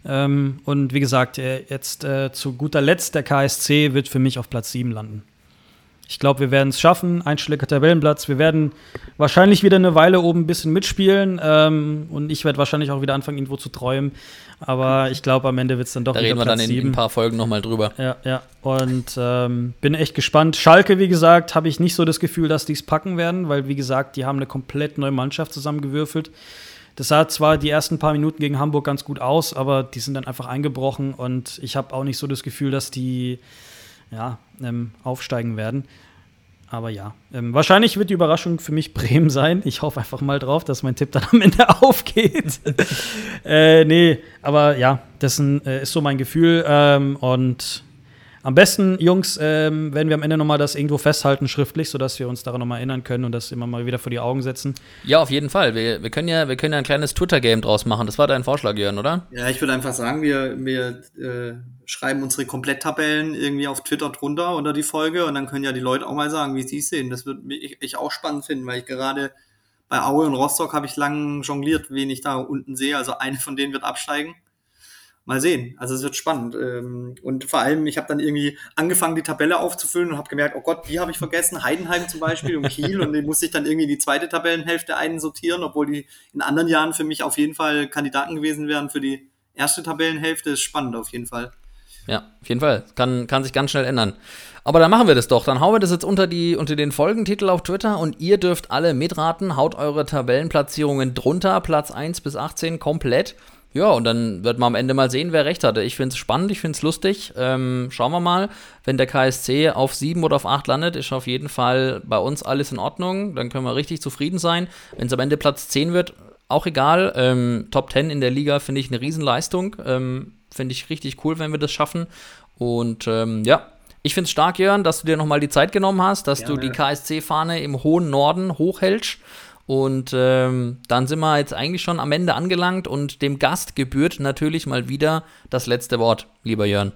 Und wie gesagt, jetzt zu guter Letzt, der KSC wird für mich auf Platz 7 landen. Ich glaube, wir werden es schaffen, einstelliger Tabellenplatz. Wir werden wahrscheinlich wieder eine Weile oben ein bisschen mitspielen. Und ich werde wahrscheinlich auch wieder anfangen, irgendwo zu träumen. Aber ich glaube, am Ende wird es dann doch da wieder Platz 7. Da reden wir dann in ein paar Folgen nochmal drüber. Ja. Und bin echt gespannt. Schalke, wie gesagt, habe ich nicht so das Gefühl, dass die es packen werden. Weil, wie gesagt, die haben eine komplett neue Mannschaft zusammengewürfelt. Das sah zwar die ersten paar Minuten gegen Hamburg ganz gut aus, aber die sind dann einfach eingebrochen. Und ich habe auch nicht so das Gefühl, dass die aufsteigen werden. Aber ja, wahrscheinlich wird die Überraschung für mich Bremen sein. Ich hoffe einfach mal drauf, dass mein Tipp dann am Ende aufgeht. Nee, aber ja, das ist so mein Gefühl. Und am besten, Jungs, werden wir am Ende nochmal das irgendwo festhalten, schriftlich, sodass wir uns daran nochmal erinnern können und das immer mal wieder vor die Augen setzen. Ja, auf jeden Fall. Wir können ja ein kleines Twitter-Game draus machen. Das war dein Vorschlag, Jörn, oder? Ja, ich würde einfach sagen, wir schreiben unsere Kompletttabellen irgendwie auf Twitter drunter unter die Folge und dann können ja die Leute auch mal sagen, wie sie es sehen. Das würde ich auch spannend finden, weil ich gerade bei Aue und Rostock habe ich lang jongliert, wen ich da unten sehe. Also eine von denen wird absteigen. Mal sehen. Also es wird spannend. Und vor allem, ich habe dann irgendwie angefangen, die Tabelle aufzufüllen und habe gemerkt, oh Gott, die habe ich vergessen. Heidenheim zum Beispiel und Kiel. Und die musste ich dann irgendwie die zweite Tabellenhälfte einsortieren, obwohl die in anderen Jahren für mich auf jeden Fall Kandidaten gewesen wären für die erste Tabellenhälfte. Ist spannend auf jeden Fall. Ja, auf jeden Fall. Kann sich ganz schnell ändern. Aber dann machen wir das doch. Dann hauen wir das jetzt unter den Folgentitel auf Twitter und ihr dürft alle mitraten. Haut eure Tabellenplatzierungen drunter, Platz 1 bis 18 komplett. Ja, und dann wird man am Ende mal sehen, wer recht hatte. Ich finde es spannend, ich finde es lustig. Schauen wir mal, wenn der KSC auf 7 oder auf 8 landet, ist auf jeden Fall bei uns alles in Ordnung. Dann können wir richtig zufrieden sein. Wenn es am Ende Platz 10 wird, auch egal. Top 10 in der Liga finde ich eine Riesenleistung. Finde ich richtig cool, wenn wir das schaffen. Und ich finde es stark, Jörn, dass du dir nochmal die Zeit genommen hast, dass du die KSC-Fahne im hohen Norden hochhältst. Und dann sind wir jetzt eigentlich schon am Ende angelangt und dem Gast gebührt natürlich mal wieder das letzte Wort, lieber Jörn.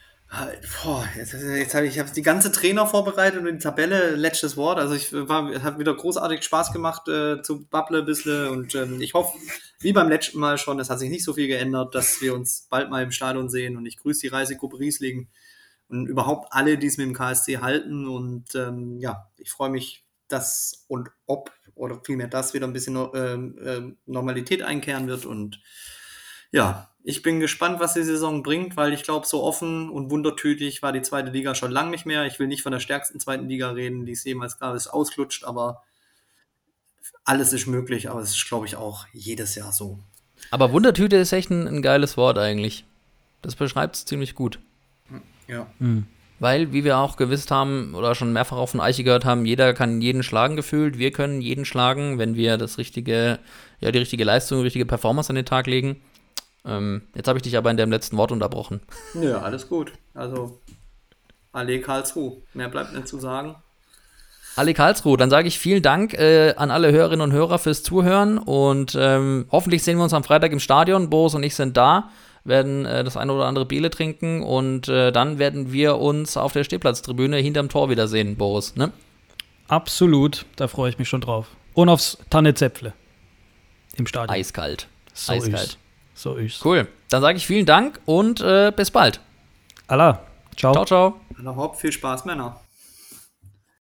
Jetzt habe ich die ganze Trainer vorbereitet und die Tabelle, letztes Wort. Also hat wieder großartig Spaß gemacht zu babbeln ein bisschen und ich hoffe, wie beim letzten Mal schon, es hat sich nicht so viel geändert, dass wir uns bald mal im Stadion sehen und ich grüße die Reisegruppe Riesling und überhaupt alle, die es mit dem KSC halten und ich freue mich, dass und ob oder vielmehr das wieder ein bisschen Normalität einkehren wird und ja, ich bin gespannt, was die Saison bringt, weil ich glaube, so offen und wundertütig war die zweite Liga schon lange nicht mehr. Ich will nicht von der stärksten zweiten Liga reden, die es jemals gab, ist auslutscht, aber alles ist möglich, aber es ist, glaube ich, auch jedes Jahr so. Aber Wundertüte ist echt ein geiles Wort eigentlich. Das beschreibt es ziemlich gut. Ja. Weil, wie wir auch gewusst haben oder schon mehrfach auf den Eiche gehört haben, jeder kann jeden schlagen gefühlt. Wir können jeden schlagen, wenn wir die richtige Leistung, die richtige Performance an den Tag legen. Jetzt habe ich dich aber in deinem letzten Wort unterbrochen. Ja, alles gut. Also, alle Karlsruhe. Mehr bleibt nicht zu sagen. alle Karlsruhe, dann sage ich vielen Dank an alle Hörerinnen und Hörer fürs Zuhören und hoffentlich sehen wir uns am Freitag im Stadion. Boris und ich sind da, werden das eine oder andere Biele trinken und dann werden wir uns auf der Stehplatztribüne hinterm Tor wiedersehen, Boris, ne? Absolut, da freue ich mich schon drauf. Und aufs Tanne-Zäpfle im Stadion. Eiskalt. So Eiskalt. So ist. Cool. Dann sage ich vielen Dank und bis bald. Allah. Ciao. Ciao, ciao. Viel Spaß, Männer.